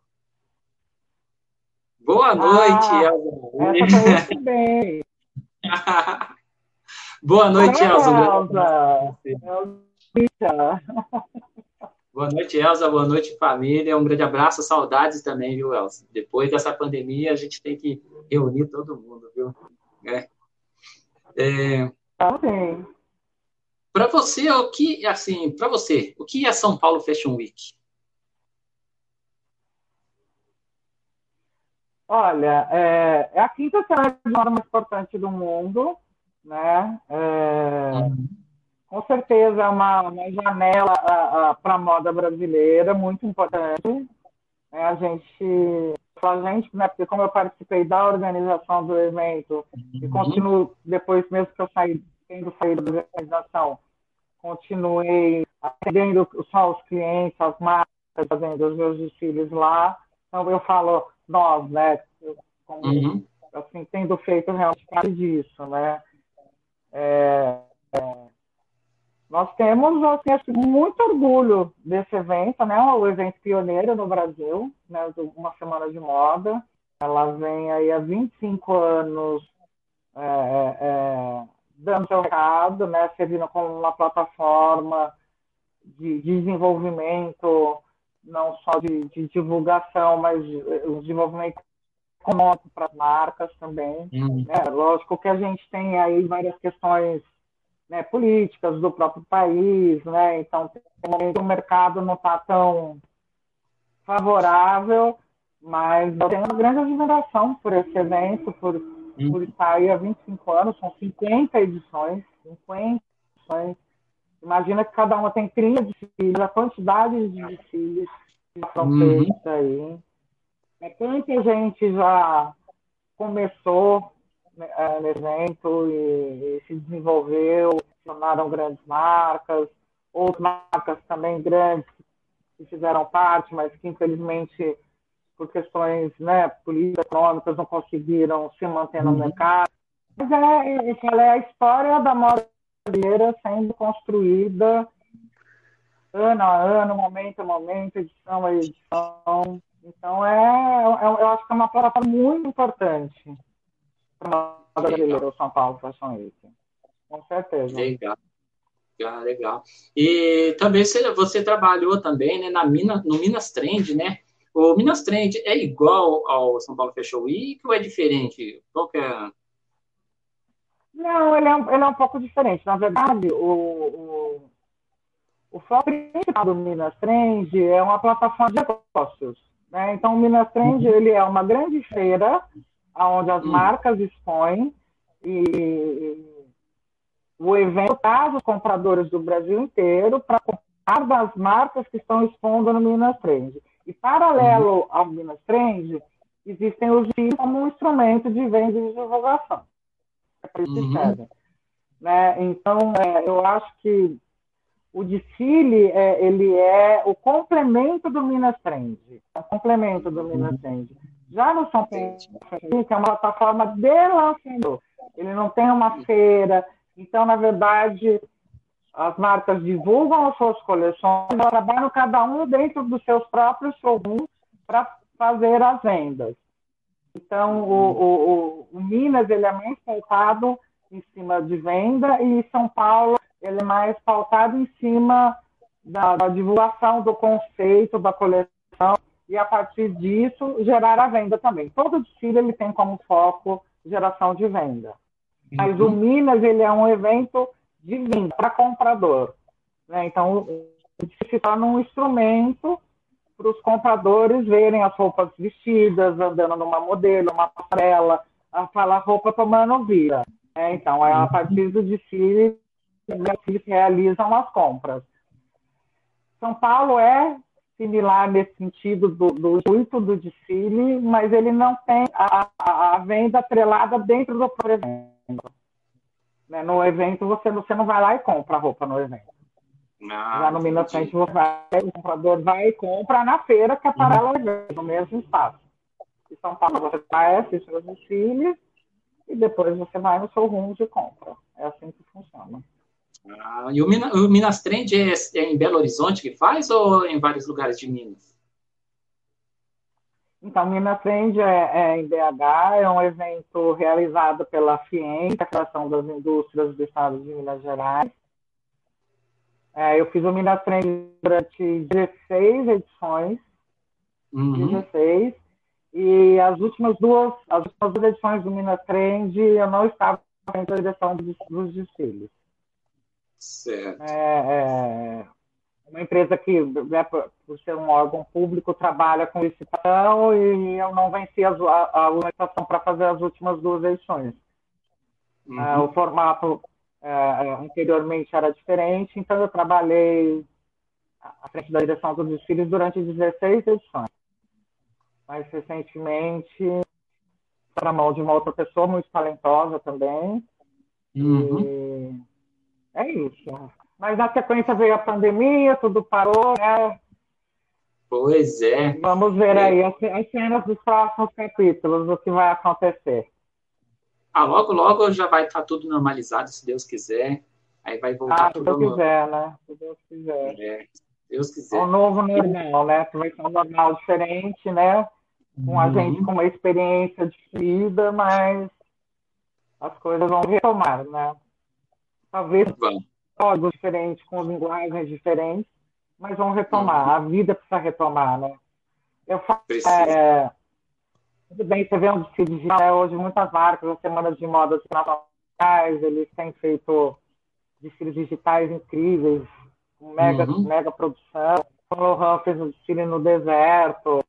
Boa noite, Ah, Elza. essa eu conheço bem. Boa noite, Elza. Um grande Elza! abraço para você. Elza! Boa noite, Elza. Boa noite, família. Um grande abraço, saudades também, viu, Elza? Depois dessa pandemia, a gente tem que reunir todo mundo, viu? É. É, Assim, para você, o que, assim, para você, o que é São Paulo Fashion Week? olha, é, é a quinta cidade mais importante do mundo, né? É, Uhum. com certeza é uma, uma janela para a moda brasileira muito importante. Né? A gente, a gente, né? Porque como eu participei da organização do evento e Uhum. continuo depois mesmo que eu saí, tendo saído da organização, continuei atendendo só os clientes, as marcas, fazendo os meus desfiles lá. Então eu falo nós, né? Eu, como Uhum. assim tendo feito realmente parte disso, né? É, nós temos assim, acho que muito orgulho desse evento, né? O evento pioneiro no Brasil, né? Uma semana de moda. Ela vem aí há vinte e cinco anos é, é, é dando seu recado, né? Servindo como uma plataforma de desenvolvimento, não só de, de divulgação, mas de, o desenvolvimento econômico para as marcas também. Uhum. Né? Lógico que a gente tem aí várias questões, né, políticas do próprio país, né? Então, o mercado não está tão favorável, mas eu tenho uma grande admiração por esse evento, por, por Uhum. estar aí há vinte e cinco anos, são cinquenta edições, cinquenta edições. Imagina que cada uma tem trinta desfiles, a quantidade de desfiles que já foram Uhum. feitos aí. É, tanta gente já começou, né, no evento e, e se desenvolveu, se tornaram grandes marcas, outras marcas também grandes que fizeram parte, mas que infelizmente por questões, né, políticas, econômicas, não conseguiram se manter no Uhum. mercado. Mas é, é, é a história da moda brasileira sendo construída ano a ano, momento a momento, edição a edição. Então, é, é, eu acho que é uma plataforma muito importante para a moda Legal, brasileira, o São Paulo Fashion Week. Com certeza. legal, legal, legal. E também você, você trabalhou também, né, na Mina, no Minas Trend, né? O Minas Trend é igual ao São Paulo Fashion Week ou é diferente? Qual que é? Não, ele é, um- ele é um pouco diferente. Na verdade, o, o, o foco principal do Minas Trend é uma plataforma de negócios. Né? Então, o Minas Trend Uhum. ele é uma grande feira onde as Uhum. marcas expõem e o evento traz os compradores do Brasil inteiro para comprar das marcas que estão expondo no Minas Trend. E, Uhum. paralelo ao Minas Trend, existem os vídeos como um instrumento de venda e de divulgação. É para isso que Uhum. serve. Né? Então, é, eu acho que o desfile é, ele é o complemento do Minas Trend. É o complemento do Minas Uhum. Trend. Já no São Paulo, Entendi. que é uma plataforma de lançamento, ele não tem uma feira. Então, na verdade, as marcas divulgam as suas coleções, trabalham cada um dentro dos seus próprios showrooms para fazer as vendas. Então, o, Uhum. o, o, o Minas ele é mais pautado em cima de venda e São Paulo ele é mais pautado em cima da, da divulgação do conceito da coleção e a partir disso gerar a venda também. Todo desfile ele tem como foco geração de venda. Mas o Uhum. Minas ele é um evento de venda para comprador. Né? Então, se torna um instrumento para os compradores verem as roupas vestidas, andando numa modelo, uma passarela, aquela roupa tomando vida. É, então, é a partir do desfile que se realizam as compras. São Paulo é similar nesse sentido do, do intuito do desfile, mas ele não tem a, a, a venda atrelada dentro do evento. Né? No evento, você, você não vai lá e compra a roupa no evento. Ah, Já no Minas Frente, o comprador vai e compra na feira, que é paralela ao evento, no mesmo espaço. Em São Paulo, você vai assistir os desfiles e depois você vai no showroom de compra. É assim que funciona. Ah, e o, Mina, o Minas Trend é, é em Belo Horizonte que faz ou em vários lugares de Minas? Então, Minas Trend é, é em B H, é um evento realizado pela FIEM, a Federação das Indústrias do Estado de Minas Gerais. É, eu fiz o Minas Trend durante dezesseis edições, Uhum. dezesseis, e as últimas duas, as últimas duas edições do Minas Trend eu não estava na direção dos, dos desfiles. Certo. É, é uma empresa que, né, por ser um órgão público, trabalha com licitação e eu não venci a, a, a licitação para fazer as últimas duas edições. Uhum. É, o formato é, anteriormente era diferente, então eu trabalhei à frente da direção dos desfiles durante dezesseis edições. Mais recentemente, para a mão de uma outra pessoa muito talentosa também. Uhum. E é isso. Mas na sequência veio a pandemia, tudo parou, né? Pois é. Vamos ver é. aí as, as cenas dos próximos capítulos, o que vai acontecer. Ah, logo, logo já vai estar tudo normalizado, se Deus quiser. Aí vai voltar ah, tudo ao normal. Se Deus quiser, né? Se Deus quiser. É, se Deus quiser. O novo normal, né? Que vai ser um normal diferente, né? Com a uhum. gente com uma experiência de vida, mas as coisas vão retomar, né? Talvez códigos diferentes, com linguagens diferentes, mas vão retomar. Uhum. A vida precisa retomar, né? Eu falo, é, tudo bem, você vê um desfile digital, né? Hoje muitas marcas, as semanas de moda nacionais, eles têm feito desfiles digitais incríveis, com mega, uhum. mega produção. O Lohan fez um desfile no deserto,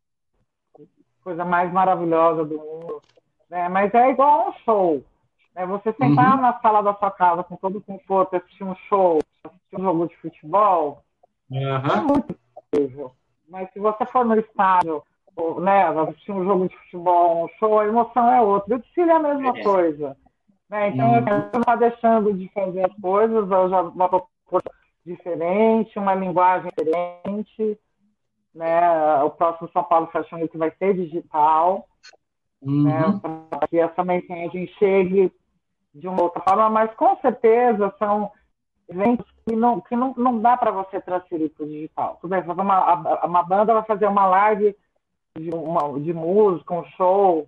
coisa mais maravilhosa do mundo. Né? Mas é igual a um show. Né? Você sentar uhum. na sala da sua casa com todo o conforto, assistir um show, assistir um jogo de futebol, uhum. é muito incrível. Mas se você for no estádio, ou, né, assistir um jogo de futebol, um show, a emoção é outra. E o desfile é a mesma é. coisa. Né? Então, uhum. eu não estou deixando de fazer as coisas, eu já uma proposta diferente, uma linguagem diferente. Né? O próximo São Paulo Fashion Week vai ser digital. Uhum. Né? Para que essa mensagem chegue de uma outra forma, mas com certeza são eventos que não, que não, não dá para você transferir para o digital. Tudo bem, uma, uma banda vai fazer uma live de, uma, de música, um show,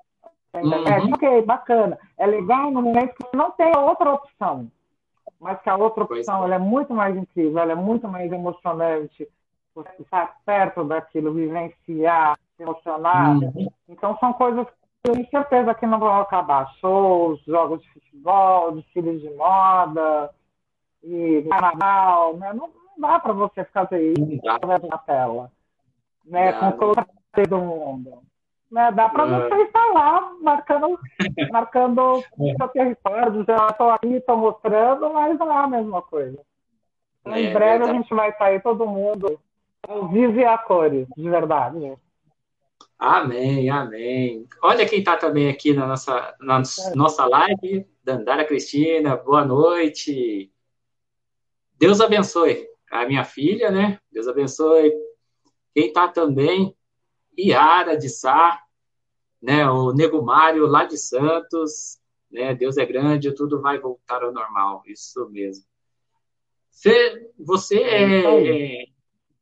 uhum. ok, bacana. É legal no momento que você não tem outra opção, mas que a outra opção ela é muito mais incrível, ela é muito mais emocionante, você estar perto daquilo, vivenciar, se emocionar. Uhum. Então são coisas que eu tenho certeza que não vão acabar. Shows, jogos de futebol, desfiles de moda, e carnaval, né? Não, não dá para você fazer isso na tela, né? Dá, com toda a do mundo. Né? Dá para uh... você estar lá marcando, marcando o seu território, já estou aqui, estou mostrando, mas não é a mesma coisa. Então, é, em breve verdade. A gente vai sair todo mundo ao vivo e a cores, de verdade. Né? Amém, amém. Olha quem está também aqui na nossa, na nossa live, Dandara Cristina, boa noite. Deus abençoe a minha filha, né? Deus abençoe quem está também, Iara de Sá, né? O Nego Mário lá de Santos, né? Deus é grande, tudo vai voltar ao normal, isso mesmo. Você, você é, é,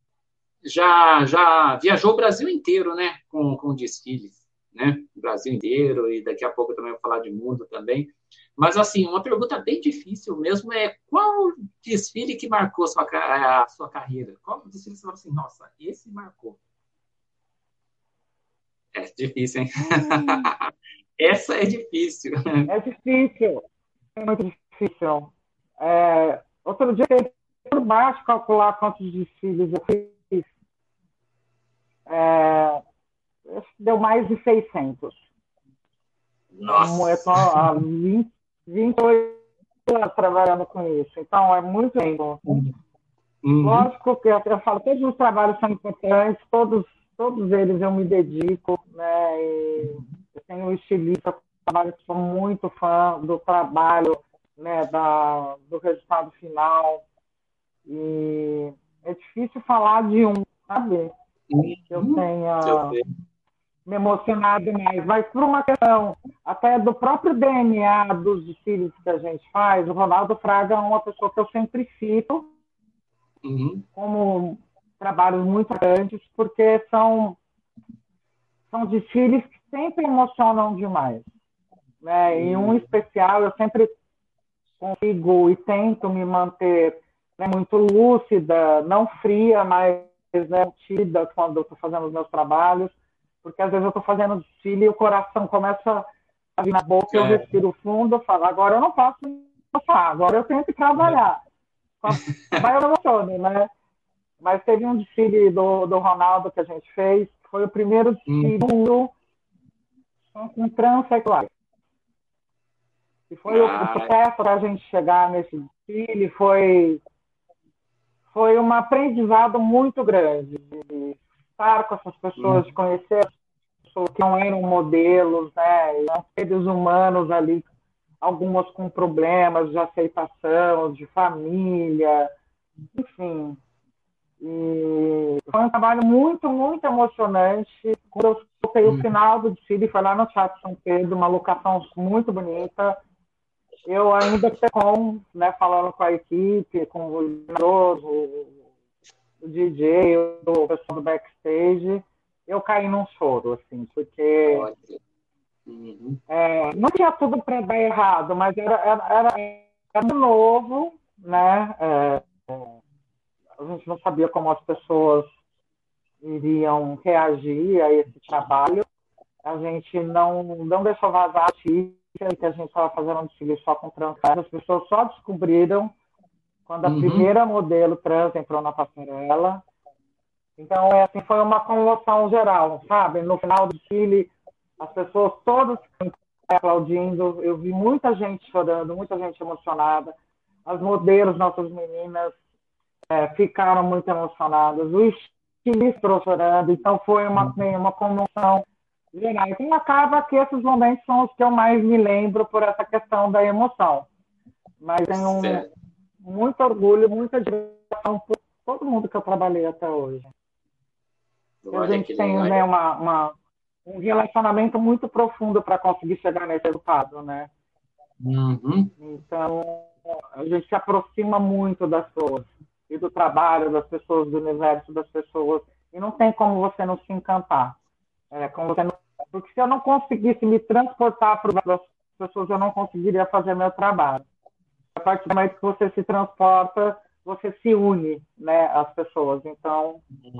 já, já viajou o Brasil inteiro, né? Com, com desfiles, né? O Brasil inteiro, e daqui a pouco eu também vou falar de mundo também. Mas, assim, uma pergunta bem difícil mesmo é qual desfile que marcou sua, a sua carreira? Qual desfile você falou assim, nossa, esse marcou? É difícil, hein? Hum. Essa é difícil. É difícil. É muito difícil. É, outro dia eu por baixo calcular quantos desfiles eu fiz. É, deu mais de seiscentos. Nossa! Eu estou há vinte, vinte e oito anos trabalhando com isso. Então, é muito tempo. Uhum. Lógico que eu, eu falo, todos os trabalhos são importantes, todos, todos eles eu me dedico, né? E eu tenho um estilista que trabalho, sou muito fã do trabalho, né? Da, do resultado final. E é difícil falar de um, sabe? Que eu Uhum. Eu tenha sei. me emocionado mais, mas por uma questão até do próprio D N A dos desfiles que a gente faz, o Ronaldo Fraga é uma pessoa que eu sempre cito Uhum. como trabalhos muito grandes, porque são, são desfiles que sempre emocionam demais. Né? Em um Uhum. especial, eu sempre consigo e tento me manter, né, muito lúcida, não fria, mas, né, tida quando eu estou fazendo os meus trabalhos, porque às vezes eu estou fazendo desfile e o coração começa a vir na boca, eu É. respiro fundo, eu falo, agora eu não posso falar, agora eu tenho que trabalhar. Vai eu emociono, né? Mas teve um desfile do, do Ronaldo que a gente fez, que foi o primeiro Uhum. desfile com transexuais. E foi o, o Ah, processo para a gente chegar nesse desfile, foi, foi um aprendizado muito grande de estar com essas pessoas, de uhum. conhecer pessoas que não eram modelos, né? Eram seres humanos ali, algumas com problemas de aceitação, de família, enfim. E foi um trabalho muito, muito emocionante. Quando eu soltei o Uhum. final do desfile, foi lá no Teatro São Pedro, uma locação muito bonita. Eu ainda com, né, falando com a equipe, com o iluminador, o, o D J, o pessoal do backstage, eu caí num choro, assim, porque Olha. Uhum. é, não tinha tudo para dar errado, mas era, era, era, era novo, né? É, a gente não sabia como as pessoas iriam reagir a esse trabalho. A gente não, não deixou vazar a notícia que a gente estava fazendo um desfile só com trans. As pessoas só descobriram quando a Uhum. primeira modelo trans entrou na passarela. Então, é, assim, foi uma comoção geral, sabe? No final do desfile, as pessoas todas aplaudindo. Eu vi muita gente chorando, muita gente emocionada. As modelos, nossas meninas, é, ficaram muito emocionadas. O estilista chorando. Então, foi uma, uma comoção geral. Então, acaba que esses momentos são os que eu mais me lembro por essa questão da emoção. Mas tenho um, Certo. muito orgulho, muita admiração por todo mundo que eu trabalhei até hoje. E a Olha gente que tem, legal. né, uma, uma, um relacionamento muito profundo para conseguir chegar nesse resultado, né? Uhum. Então, a gente se aproxima muito das pessoas e do trabalho das pessoas, do universo das pessoas. E não tem como você não se encantar. É, como você não... Porque se eu não conseguisse me transportar para as pessoas, eu não conseguiria fazer meu trabalho. A partir do momento que você se transporta, você se une, né, às pessoas. Então,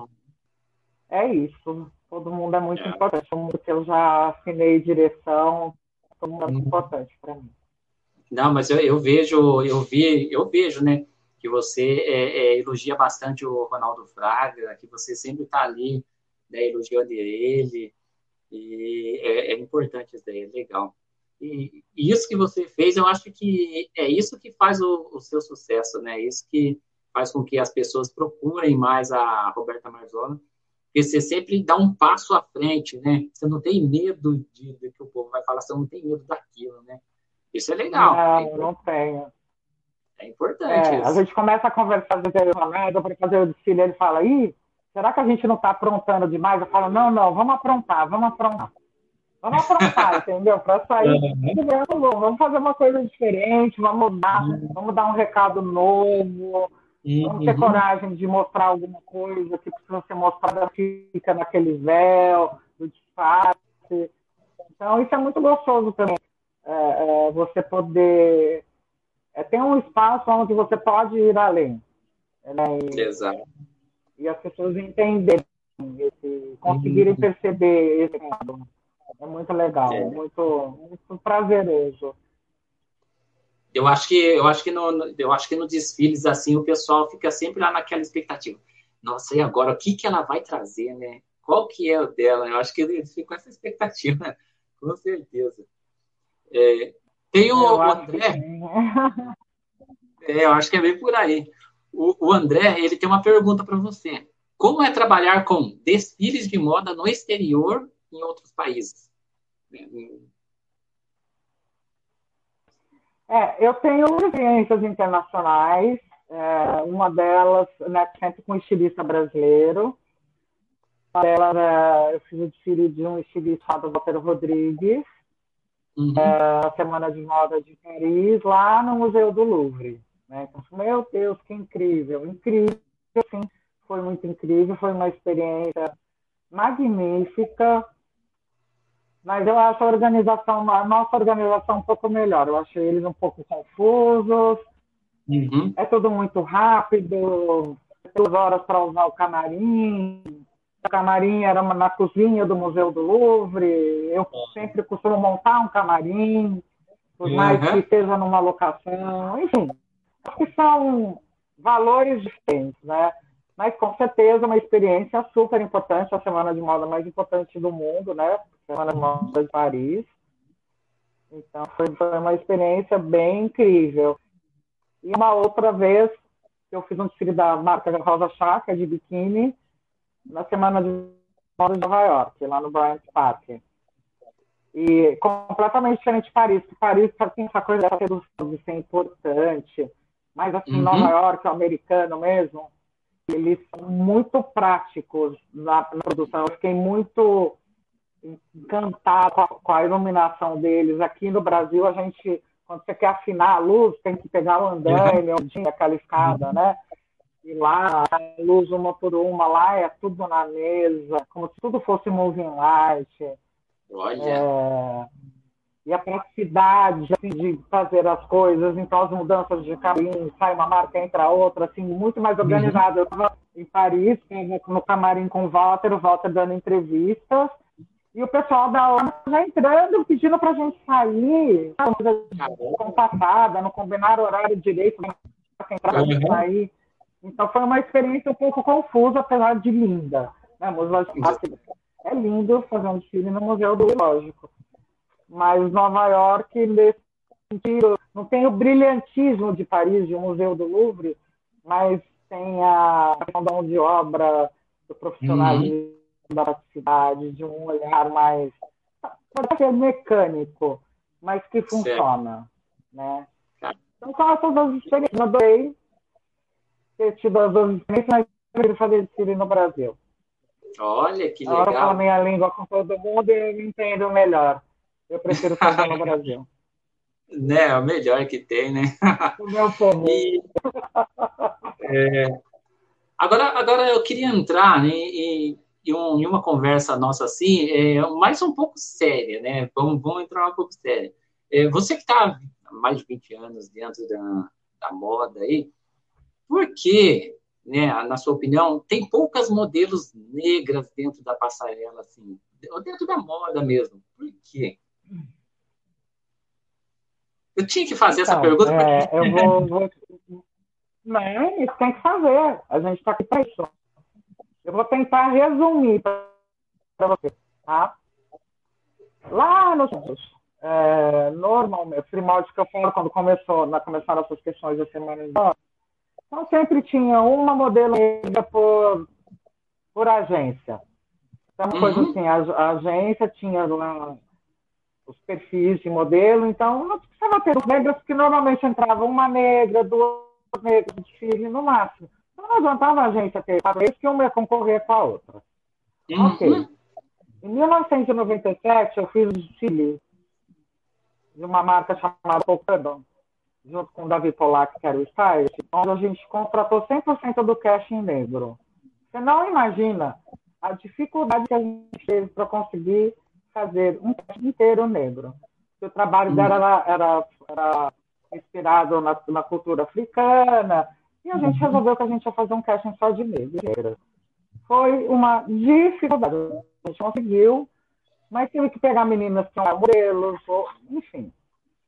é isso. Todo mundo é muito É. importante. Todo mundo que eu já assinei direção, todo mundo é muito Uhum. importante para mim. Não, mas eu, eu vejo, eu vi, eu vejo, né, que você é, é, elogia bastante o Ronaldo Fraga, que você sempre está ali, né, elogiando ele, e é, é importante isso daí, é legal. E, e isso que você fez, eu acho que é isso que faz o, o seu sucesso, né? Isso que faz com que as pessoas procurem mais a Roberta Marzola, porque você sempre dá um passo à frente, né? Você não tem medo de, de que o povo vai falar, você não tem medo daquilo, né? Isso é legal, é, Não, impor- não tenho. é importante É, a isso. gente começa a conversar com o Ronaldo para fazer o desfile, ele fala, ih, será que a gente não está aprontando demais? Eu falo, não, não, vamos aprontar, vamos aprontar. Vamos aprontar, entendeu? Para sair do mesmo lugar. Vamos fazer uma coisa diferente, vamos mudar, vamos dar um recado novo, vamos ter Uhum. coragem de mostrar alguma coisa que precisa ser mostrada, fica naquele véu, do disfarce. Então, isso é muito gostoso também. É, é, você poder. É, ter um espaço onde você pode ir além. Né? Exato. E, e as pessoas entenderem, esse, conseguirem Uhum. perceber esse lado. É muito legal, É. muito, muito prazeroso. Eu acho que eu acho que no, no- eu acho que no desfiles assim o pessoal fica sempre lá naquela expectativa. Nossa, e agora o que que ela vai trazer, né? qual que é o dela. Eu acho que ele fica com essa expectativa, com certeza. É, tem o, Eu o acho que André, sim. é, eu acho que é bem por aí. O, o André, ele tem uma pergunta para você. Como é trabalhar com desfiles de moda no exterior em outros países? É, eu tenho experiências internacionais, é, uma delas, né, sempre com um estilista brasileiro. Uma delas, é, eu fiz o desfile de um estilista chamado Walter Rodrigues, Uhum. na Semana de Moda de Paris, lá no Museu do Louvre. Né? Então, meu Deus, que incrível, incrível, sim, foi muito incrível, foi uma experiência magnífica, mas eu acho a organização, a nossa organização um pouco melhor. Eu achei eles um pouco confusos, Uhum. é tudo muito rápido, duas horas para usar o camarim. O camarim era na cozinha do Museu do Louvre. Eu sempre costumo montar um camarim, por mais que Uhum. esteja numa locação. Enfim, acho que são valores diferentes, né? Mas com certeza uma experiência super importante, a semana de moda mais importante do mundo, né? Semana de Moda de Paris. Então foi, foi uma experiência bem incrível. E uma outra vez, eu fiz um desfile da marca Rosa Chakra, de biquíni, na Semana de Moda de Nova York, lá no Bryant Park. E completamente diferente de Paris, porque Paris tem essa coisa de ser importante, mas assim, Nova Uhum. York, o americano mesmo, eles são muito práticos na, na produção. Eu fiquei muito encantada com a, com a iluminação deles. Aqui no Brasil, a gente, quando você quer afinar a luz, tem que pegar o andaime, aquela escada, né? E lá, a luz uma por uma, lá é tudo na mesa, como se tudo fosse moving light. Olha. É, e a praticidade assim, de fazer as coisas, então as mudanças de caminho, sai uma marca, entra outra, assim, muito mais Uhum. organizada. Eu estava em Paris, no camarim com o Walter, o Walter dando entrevistas, e o pessoal da O N U já entrando, pedindo para a gente sair, uma coisa compassada, não combinaram horário direito para entrar, para a gente Uhum. sair. Então foi uma experiência um pouco confusa, apesar de linda. Né? É lindo fazer um desfile no Museu do Lógico. Mas Nova York, nesse sentido, não tem o brilhantismo de Paris, de um Museu do Louvre, mas tem a mão de obra do Uhum. profissionalismo da praticidade, de um olhar mais, pode ser mecânico, mas que Certo. funciona. Né? Então são essas duas experiências. Eu adorei ter tido as duas experiências, mas prefiro fazer desfile no Brasil. Olha que A hora eu falo legal. minha língua com todo mundo e eu me entendo melhor. Eu prefiro fazer no Brasil. Né, é o melhor que tem, né? O meu povo. E agora, agora eu queria entrar, né, em, em, um- em uma conversa nossa assim, é, mais um pouco séria, né? Vamos, vamos entrar um pouco séria. É, você que está há mais de vinte anos dentro da, da moda aí, por que, né, na sua opinião, tem poucas modelos negras dentro da passarela, assim, ou dentro da moda mesmo? Por quê? Eu tinha que fazer essa Então, pergunta porque. é, eu vou, vou. Não, isso tem que fazer. A gente está aqui para isso. Eu vou tentar resumir para você. Tá? Lá nos é, normalmente, o primórdio que eu falo, quando começou, na, começaram essas questões da semana de moda, então sempre tinha uma modelo negra por, por agência. Então, uma coisa Uhum, assim, a, a agência tinha lá os perfis de modelo, então não precisava ter negras, porque normalmente entrava uma negra, duas negras de desfile no máximo. Então não adiantava a agência ter três que uma ia concorrer com a outra. Ok. uhum, Em mil novecentos e noventa e sete, eu fiz o desfile de uma marca chamada Polkadon, junto com o Davi Polak, que era o stylist, onde a gente contratou cem por cento do cash em negro. Você não imagina a dificuldade que a gente teve para conseguir fazer um cash inteiro negro. O trabalho dela uhum, era, era, era inspirado na, na, cultura africana, e a gente uhum. resolveu que a gente ia fazer um casting só de negro. Foi uma dificuldade. A gente conseguiu, mas teve que pegar meninas que eram modelos, enfim.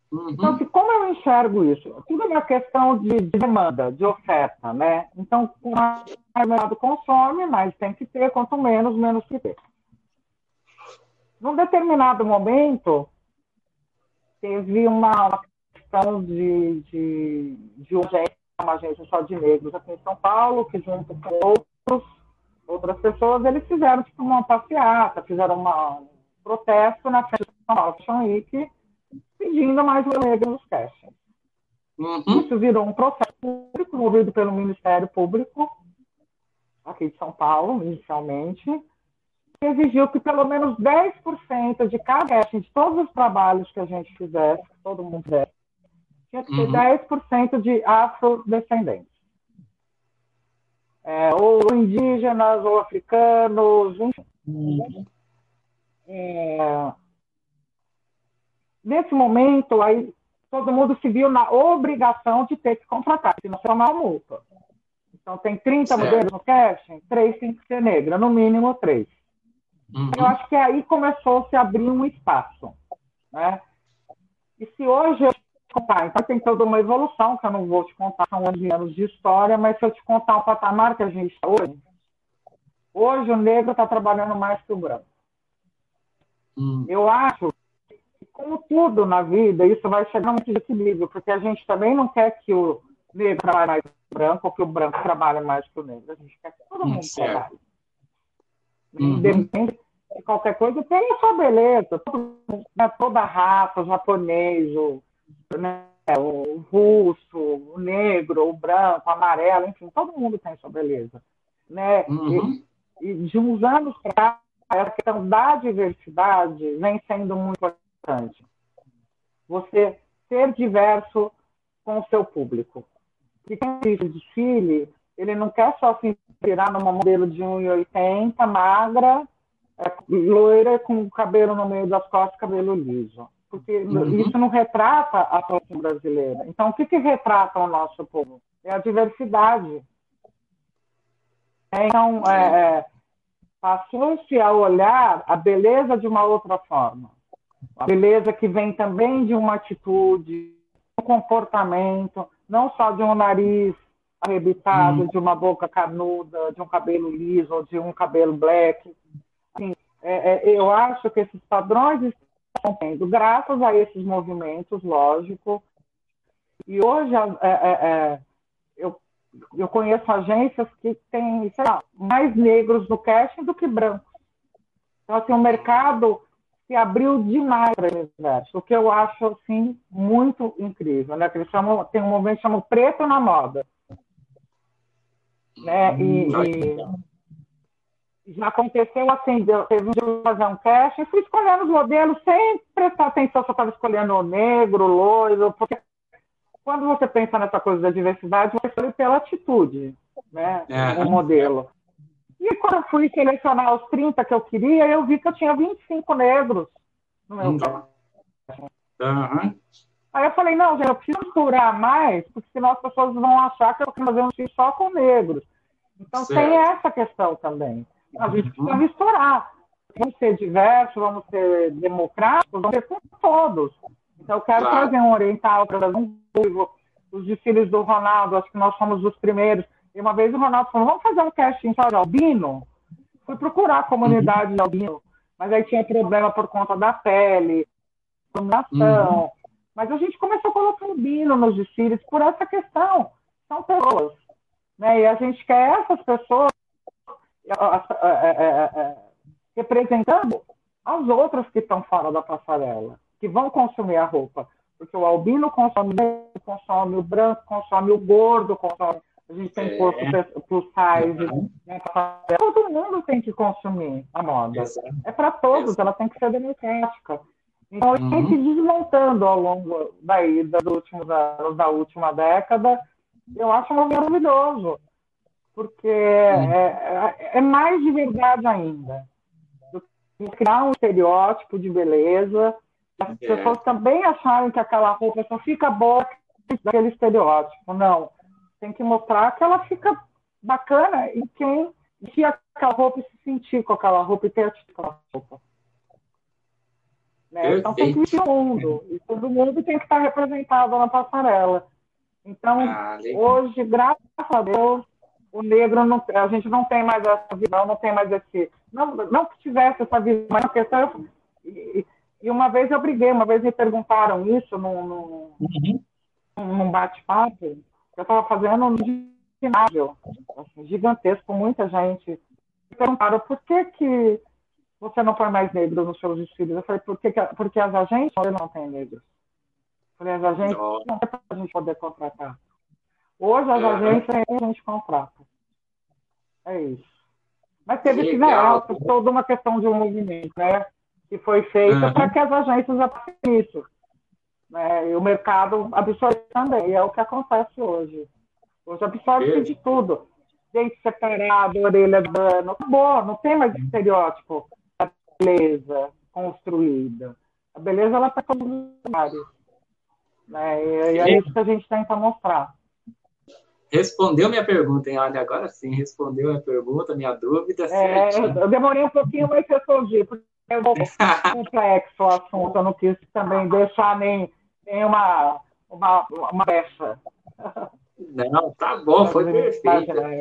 Então, Uhum. assim, como eu enxergo isso? Tudo é uma questão de, de demanda, de oferta, né? Então, quanto mais o mercado consome, mais tem que ter, quanto menos, menos que ter. Num determinado momento, teve uma questão de, de, de uma agência, uma agência só de negros aqui em São Paulo, que junto com outros, outras pessoas, eles fizeram tipo, uma passeata, fizeram uma, um protesto na frente do São Paulo Fashion Week, pedindo mais um negro nos castings. Uhum. Isso virou um processo público, movido pelo Ministério Público, aqui de São Paulo, inicialmente, que exigiu que pelo menos dez por cento de cada casting, de todos os trabalhos que a gente fizesse, que todo mundo fizesse, tinha que ter Uhum. dez por cento de afrodescendentes. É, ou indígenas, ou africanos, enfim. Uhum. É, nesse momento, aí, todo mundo se viu na obrigação de ter que contratar, senão foi uma multa. Então, tem trinta modelos Certo. no casting, três tem que ser negra, no mínimo três. Eu Uhum. acho que aí começou a se abrir um espaço, né? E se hoje eu te contar, então tem toda uma evolução, que eu não vou te contar, são onze anos de história, mas se eu te contar o patamar que a gente está hoje, hoje o negro está trabalhando mais que o branco. Uhum. Eu acho que, como tudo na vida, isso vai chegar a um equilíbrio, porque a gente também não quer que o negro trabalhe mais que o branco, ou que o branco trabalhe mais que o negro. A gente quer que todo Uhum. mundo Certo. trabalhe. Uhum. Independente de qualquer coisa, tem a sua beleza. Todo, né, toda raça, o japonês, o, né, o russo, o negro, o branco, o amarelo, enfim, todo mundo tem sua beleza. Né? E, Uhum. e de uns anos para cá, essa questão da diversidade vem sendo muito importante. Você ser diverso com o seu público. Porque quem assiste desfile, ele não quer só se inspirar numa modelo de um e oitenta, magra, é, loira, com o cabelo no meio das costas, cabelo liso. Porque Uhum. isso não retrata a população brasileira. Então, o que, que retrata o nosso povo? É a diversidade. Então, É. é, é, passou-se a olhar a beleza de uma outra forma. A beleza que vem também de uma atitude, um comportamento, não só de um nariz arrebitado, Uhum. de uma boca carnuda, de um cabelo liso, de um cabelo black. Assim, é, é, eu acho que esses padrões estão tendo, graças a esses movimentos, lógico. E hoje é, é, é, eu, eu conheço agências que têm, sei lá, mais negros no casting do que brancos. Então, assim, o mercado se abriu demais para o universo, o que eu acho, assim, muito incrível, né? Que eles chamam, tem um movimento que chama preto na moda, né? Uhum. Olha que E, legal. e já aconteceu assim, de eu teve um dia eu fazer um casting, fui escolhendo os modelos sem prestar atenção se eu estava escolhendo o negro, o loiro, porque quando você pensa nessa coisa da diversidade, você escolhe pela atitude, né? O Aham. modelo. E quando eu fui selecionar os trinta que eu queria, eu vi que eu tinha vinte e cinco negros no meu Uhum. casting. Aham. Aí eu falei, não, gente, eu preciso curar mais, porque senão as pessoas vão achar que eu quero fazer um filme só com negros. Então tem Certo. essa questão também. A gente precisa Uhum. misturar. Vamos ser diversos, vamos ser democráticos, vamos ser com todos. Então eu quero Claro. trazer um oriental para um público. Os desfiles do Ronaldo, acho que nós fomos os primeiros. E uma vez o Ronaldo falou, vamos fazer um casting só de albino? Fui procurar a Uhum. comunidade de albino, mas aí tinha problema por conta da pele, Uhum. iluminação. Mas a gente começou a colocar albino nos desfiles por essa questão. São pessoas. Né? E a gente quer essas pessoas representando as outras que estão fora da passarela, que vão consumir a roupa. Porque o albino consome, consome o branco, consome o gordo, consome. A gente tem corpo É. plus size. Aham. Né? Todo mundo tem que consumir a moda. Exato. É para todos, Exato. ela tem que ser democrática. Então, a gente Uhum. desmontando ao longo daí, dos últimos anos, da última década, eu acho maravilhoso, porque Uhum. é, é, é mais de verdade ainda. Do que criar um estereótipo de beleza, as É. pessoas também acharem que aquela roupa só fica boa daquele estereótipo. Não. Tem que mostrar que ela fica bacana em quem vestir aquela roupa e se sentir com aquela roupa e ter atitude com aquela roupa. Né? Então tem que Perfeito. ir o mundo, e todo mundo tem que estar representado na passarela. Então, Ah, legal. hoje, graças a Deus, o negro, não, a gente não tem mais essa visão, não tem mais esse... Não, não que tivesse essa visão, mas a questão... E, e uma vez eu briguei, uma vez me perguntaram isso num, num, Uhum. num bate-papo, que eu estava fazendo no ginásio, assim, gigantesco, muita gente. Me perguntaram por que, que você não põe mais negros nos seus desfiles. Eu falei, porque, porque as agências não têm negros. Eu falei, as agências Ó, não tem para a gente poder contratar. Hoje as aham. agências a gente contrata. É isso. Mas teve que, né, Legal. é toda uma questão de um movimento, né? Que foi feita para Aham. que as agências aprendessem isso. Né? E o mercado absorve também. E é o que acontece hoje. Hoje absorve de Perfeito. tudo. Dente separado, orelha dano. Acabou, não tem mais estereótipo da beleza construída. A beleza, ela está em todos os lugares. Né? E é isso que a gente tenta mostrar. Respondeu minha pergunta, hein? Olha, agora sim, respondeu minha pergunta, minha dúvida É, certinho. eu demorei um pouquinho, mas respondi, porque é um pouco complexo o assunto. Eu não quis também deixar nem, nem uma, uma, uma brecha. Não, tá bom, Mas foi perfeita. imagina,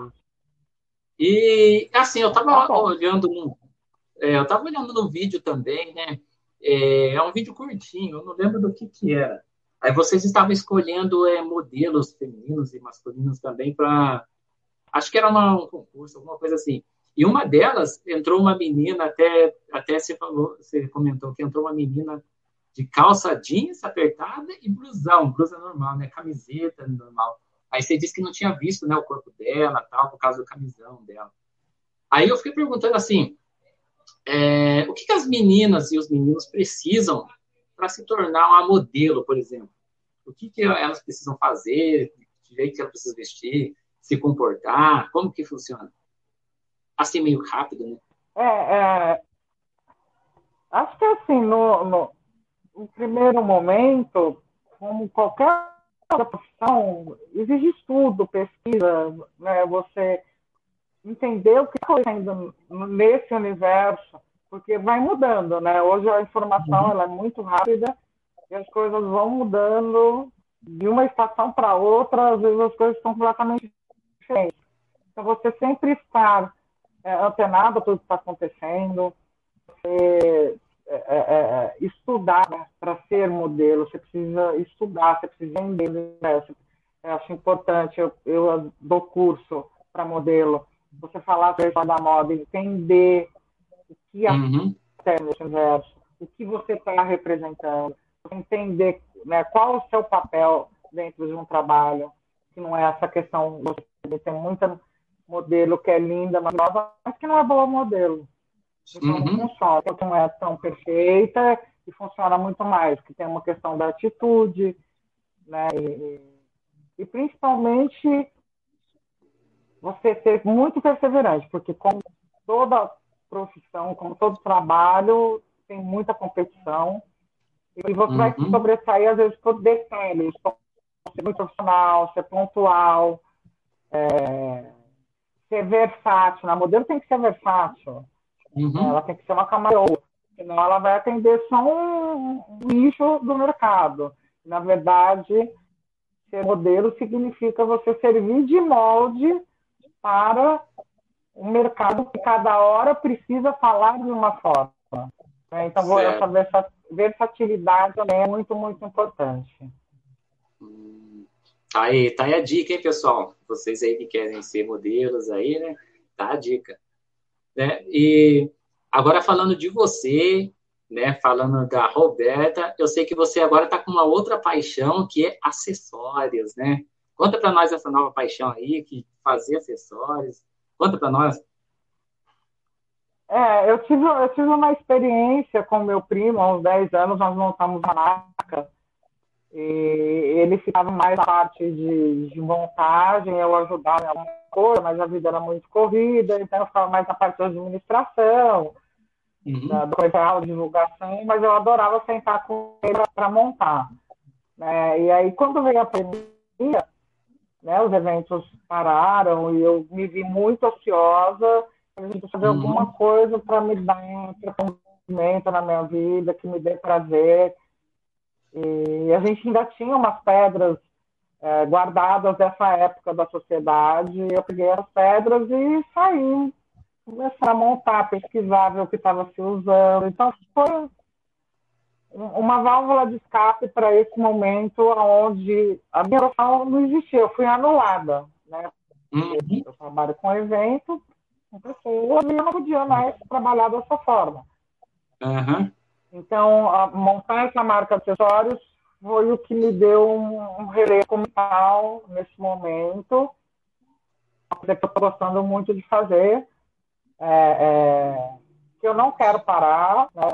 E assim, eu então tá estava bom. olhando no, é, eu estava olhando no vídeo também, né? É, é um vídeo curtinho, eu não lembro do que que era. Aí vocês estavam escolhendo é, modelos femininos e masculinos também para, acho que era uma, um concurso, alguma coisa assim. E uma delas entrou uma menina, até até você falou, você comentou que entrou uma menina de calça jeans apertada e blusão, blusa normal, né? Camiseta normal. Aí você disse que não tinha visto, né, o corpo dela, tal, por causa do camisão dela. Aí eu fiquei perguntando assim, é, o que, que as meninas e os meninos precisam para se tornar uma modelo, por exemplo? O que, que elas precisam fazer, de jeito que elas precisam vestir, se comportar, como que funciona? Assim, meio rápido, né? É, é, acho que assim, no, no, no primeiro momento, como qualquer outra profissão, exige estudo, pesquisa, né? Você entender o que está acontecendo nesse universo, porque vai mudando, né? Hoje a informação Uhum. ela é muito rápida e as coisas vão mudando de uma estação para outra, às vezes as coisas estão completamente diferentes. Então você sempre estar é, antenado a tudo que está acontecendo, você, é, é, é, estudar, né, para ser modelo, você precisa estudar, você precisa entender o universo. Eu acho importante, eu, eu dou curso para modelo, você falar a questão da moda, entender o que Uhum. acontece nesse universo, o que você está representando, entender, né, qual o seu papel dentro de um trabalho, que não é essa questão, você tem muita modelo que é linda, mas que não é boa modelo. Então não Uhum. funciona, porque não é tão perfeita e funciona muito mais, que tem uma questão da atitude, né? E, e principalmente você ser muito perseverante, porque como toda profissão, como todo trabalho, tem muita competição e você vai se Uhum. sobressair às vezes por detalhes, ser muito profissional, ser pontual, é, ser versátil. A modelo tem que ser versátil, né? Uhum. Ela tem que ser uma camaleoa, senão ela vai atender só um, um nicho do mercado. Na verdade, ser modelo significa você servir de molde para um mercado que cada hora precisa falar de uma forma. Né? Então, essa Certo. versatilidade também é muito, muito importante. Hum. Tá aí, tá aí a dica, hein, pessoal? Vocês aí que querem ser modelos aí, né? Tá a dica. Né? E agora falando de você, né? Falando da Roberta, eu sei que você agora está com uma outra paixão que é acessórios, né? Conta para nós essa nova paixão aí, que fazer acessórios. Conta para nós. É, eu tive, eu tive uma experiência com meu primo, há uns dez anos, nós montamos uma marca, e ele ficava mais na parte de, de montagem, eu ajudava em alguma coisa, mas a vida era muito corrida, então eu ficava mais na parte da administração, da, Uhum, do comercial, divulgação, mas eu adorava sentar com ele para montar. Né? E aí, quando veio a pandemia, né, os eventos pararam e eu me vi muito ansiosa, a gente fazer alguma uhum, coisa para me dar, para momento na minha vida, que me dê prazer. E a gente ainda tinha umas pedras é, guardadas dessa época da sociedade. Eu peguei as pedras e saí, começar a montar, pesquisar, ver o que estava se usando. Então, foi uma válvula de escape para esse momento onde a minha profissão não existia, eu fui anulada, né? Uhum. Eu trabalho com evento, com pessoas, e eu não podia mais trabalhar dessa forma. Uhum. Então, a, montar essa marca de acessórios foi o que me deu um, um relevo como tal nesse momento, que eu estou gostando muito de fazer, é, é, que eu não quero parar, né?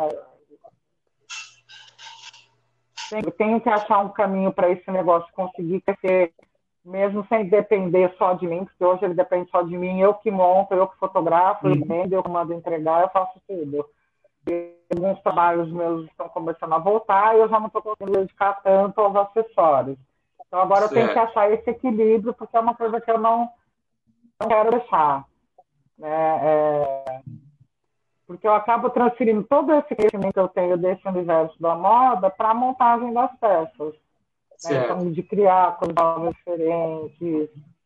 Eu tenho que achar um caminho para esse negócio conseguir crescer, mesmo sem depender só de mim, porque hoje ele depende só de mim, eu que monto, eu que fotografo, eu vendo, eu que mando entregar, eu faço tudo. E alguns trabalhos meus estão começando a voltar e eu já não estou conseguindo dedicar tanto aos acessórios. Então agora certo. Eu tenho que achar esse equilíbrio, porque é uma coisa que eu não, não quero deixar. Né? É... Porque eu acabo transferindo todo esse crescimento que eu tenho desse universo da moda para a montagem das peças. Né? Então, de criar coisas diferentes,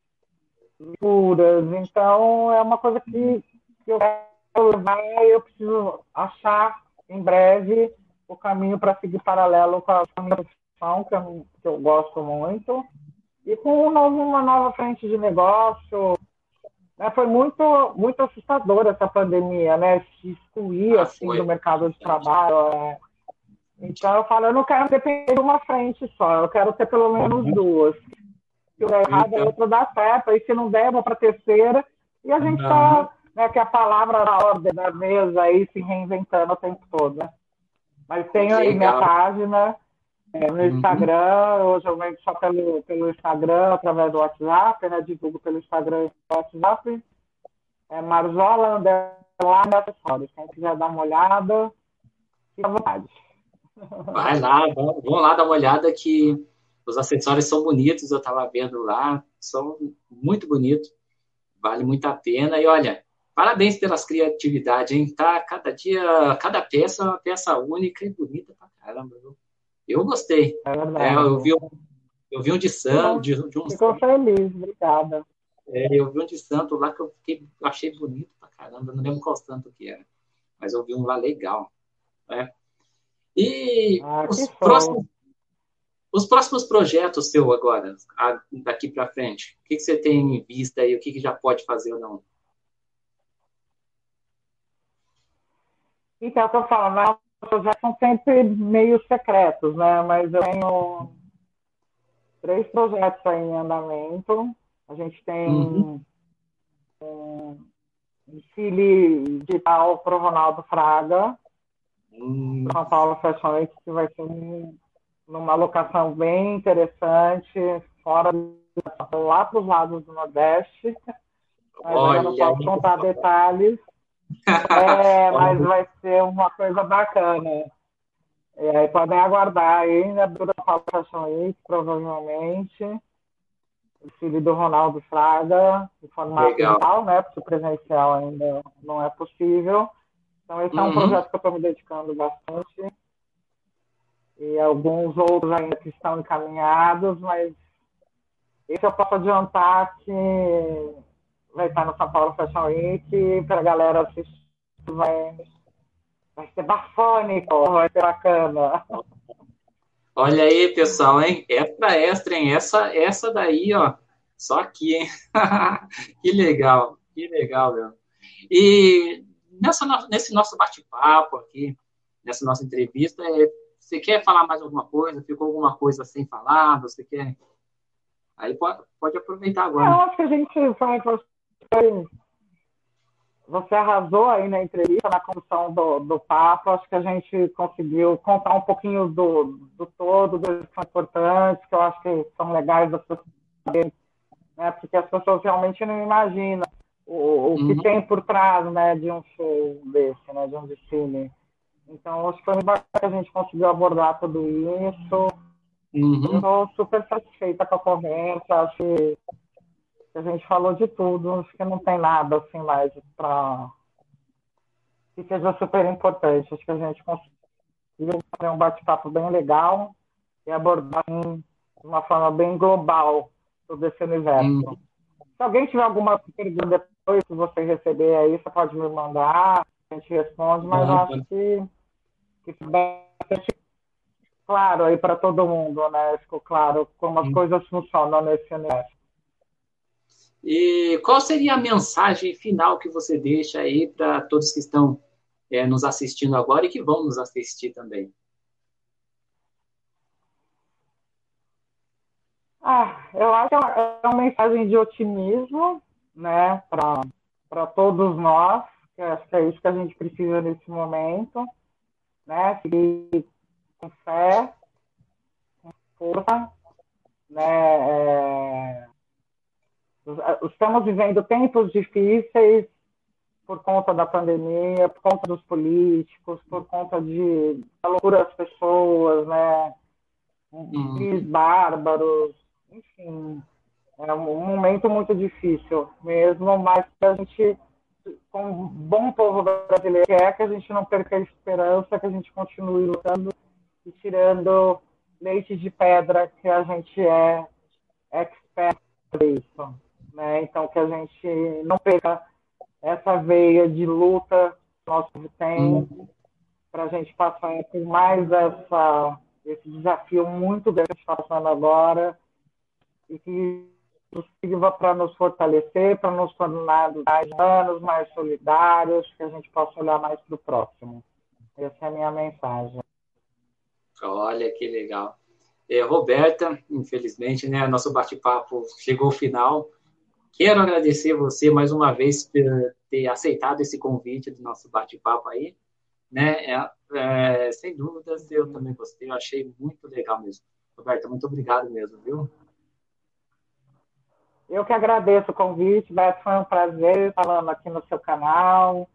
puras. Então, é uma coisa que, que eu quero levar e eu preciso achar em breve o caminho para seguir paralelo com a minha profissão, que eu, que eu gosto muito, e com um novo, uma nova frente de negócio. Né? Foi muito, muito assustadora essa pandemia, né? Se excluir Ah, assim, do mercado de trabalho. É... Então, eu falo, eu não quero depender de uma frente só, eu quero ter pelo menos duas. Se der errado, então... a outra dá certo, aí se não der, eu vou para a terceira, e a gente está, uhum. né, que é a palavra da ordem da mesa aí, se reinventando o tempo todo, né? Mas tenho aí minha página é, no Instagram, uhum. Hoje eu vendo só pelo, pelo Instagram, através do WhatsApp, né? Divulgo pelo Instagram e pelo WhatsApp. É Marzola, underline, acessórios. Quem quiser dar uma olhada, fica à vontade. Vai lá, vão, vão lá dar uma olhada que os acessórios são bonitos, eu estava vendo lá, são muito bonitos, vale muito a pena. E olha, parabéns pelas criatividades, hein? Tá, cada dia, cada peça é uma peça única e bonita pra caramba. Viu? Eu gostei. É é, eu, vi, eu vi um de santo, de, de um Ficou feliz, obrigada. É, eu vi um de santo lá que eu, fiquei, eu achei bonito pra caramba, não lembro qual santo que era, mas eu vi um lá legal. Né? E ah, os, próximos, os próximos projetos seu agora, daqui para frente, o que, que você tem em vista aí, o que, que já pode fazer ou não? Então, eu tô falando, os projetos são sempre meio secretos, né? Mas eu tenho três projetos aí em andamento. A gente tem uhum. um desfile digital para o Ronaldo Fraga, uhum. São Paulo Fashion Week, que vai ser um, numa locação bem interessante, fora lá para os lados do Nordeste. Mas Olha, ainda não posso contar detalhes. É, mas vai ser uma coisa bacana. E aí podem aguardar aí, né? Dura Paulo Fashion Week, provavelmente. O filho do Ronaldo Fraga, em formato Legal. digital, né? Porque presencial ainda não é possível. Então, esse uhum. é um projeto que eu estou me dedicando bastante. E alguns outros ainda que estão encaminhados, mas esse eu posso adiantar que vai estar no São Paulo Fashion Week, para a galera assistir, vai, vai ser bafônico, vai ser bacana. Olha aí, pessoal, hein? Extra, extra, hein? Essa, essa daí, ó, só aqui, hein? Que legal, que legal, meu. E nessa, nesse nosso bate-papo aqui, nessa nossa entrevista, você quer falar mais alguma coisa? Ficou alguma coisa sem falar? Você quer... Aí pode, pode aproveitar agora. Eu acho que a gente vai... Você arrasou aí na entrevista, na condução do, do papo. Acho que a gente conseguiu contar um pouquinho do, do todo, dos que são importantes, que eu acho que são legais das pessoas saberem, né? Porque as pessoas realmente não imaginam o, o que uhum. tem por trás, né, de um show desse, né, de um desfile. Então, acho que foi bacana que a gente conseguiu abordar tudo isso. Uhum. Eu estou super satisfeita com a conversa. Acho que a gente falou de tudo. Acho que não tem nada assim mais para que seja super importante. Acho que a gente conseguiu fazer um bate-papo bem legal e abordar de uma forma bem global todo esse universo. Hum, Se alguém tiver alguma pergunta depois que você receber aí, você pode me mandar, a gente responde, mas bom, acho que, que ficou bastante claro aí para todo mundo, né? Ficou claro como as hum. coisas funcionam nesse universo. E qual seria a mensagem final que você deixa aí para todos que estão é, nos assistindo agora e que vão nos assistir também? Ah, eu acho que é uma, é uma mensagem de otimismo, né, para todos nós, que acho que é isso que a gente precisa nesse momento, né, seguir com fé, força, né, é, estamos vivendo tempos difíceis por conta da pandemia, por conta dos políticos, por conta de da loucura das pessoas, né, Uhum, gays bárbaros, enfim, é um momento muito difícil mesmo, mas que a gente, como um bom povo brasileiro, quer que a gente não perca a esperança, que a gente continue lutando e tirando leite de pedra que a gente é expert nisso, né? Então, que a gente não perca essa veia de luta que nós temos uhum, para a gente passar por mais essa, esse desafio muito grande que a gente está passando agora e que nos sirva para nos fortalecer, para nos tornar mais humanos, mais solidários, que a gente possa olhar mais para o próximo. Essa é a minha mensagem. olha que legal. É, Roberta, infelizmente, né, nosso bate-papo chegou ao final. Quero agradecer você mais uma vez por ter aceitado esse convite do nosso bate-papo aí, né? É, é, sem dúvidas, eu também gostei, eu achei muito legal mesmo. Roberta, muito obrigado mesmo, viu? Eu que agradeço o convite, Beto, foi um prazer falando aqui no seu canal.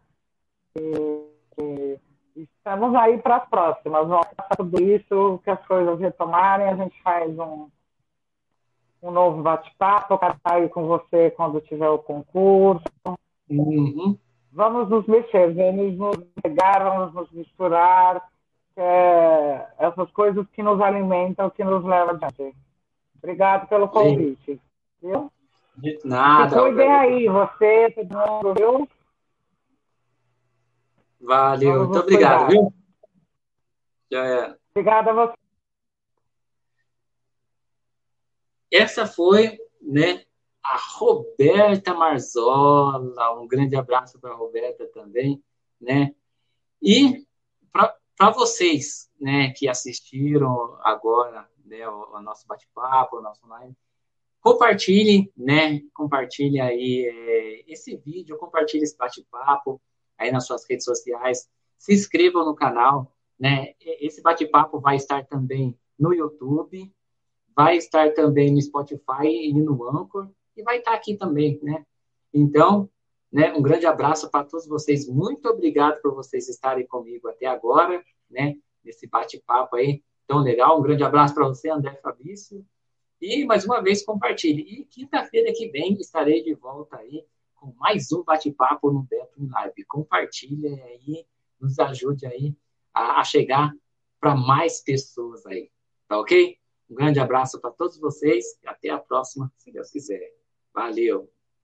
Estamos aí para as próximas. Vamos passar tudo isso, que as coisas retomarem, a gente faz um, um novo bate-papo, para estar aí com você quando tiver o concurso. Uhum. Vamos nos mexer, vamos nos pegar, vamos nos misturar, é, essas coisas que nos alimentam, que nos levam adiante. Obrigado pelo convite. Viu? De E se nada, cuidem Roberta. aí, você, todo mundo, viu? Valeu, Vamos muito nos obrigado, cuidar. viu? Já é. Obrigada a você. Essa foi, né, a Roberta Marzola. Um grande abraço para a Roberta também, né? E para vocês, né, que assistiram agora, né, o, o nosso bate-papo, o nosso live, compartilhe, né? Compartilhe aí é, esse vídeo, compartilhe esse bate-papo aí nas suas redes sociais. Se inscrevam no canal, né? Esse bate-papo vai estar também no YouTube, vai estar também no Spotify e no Anchor, e vai estar aqui também, né? Então, né, um grande abraço para todos vocês. Muito obrigado por vocês estarem comigo até agora, né? Nesse bate-papo aí tão legal. Um grande abraço para você, André Fabrício. E, mais uma vez, compartilhe. E quinta-feira que vem estarei de volta aí com mais um bate-papo no Beto Live. Compartilhe aí, nos ajude aí a, a chegar para mais pessoas aí. Tá ok? Um grande abraço para todos vocês e até a próxima, se Deus quiser. Valeu!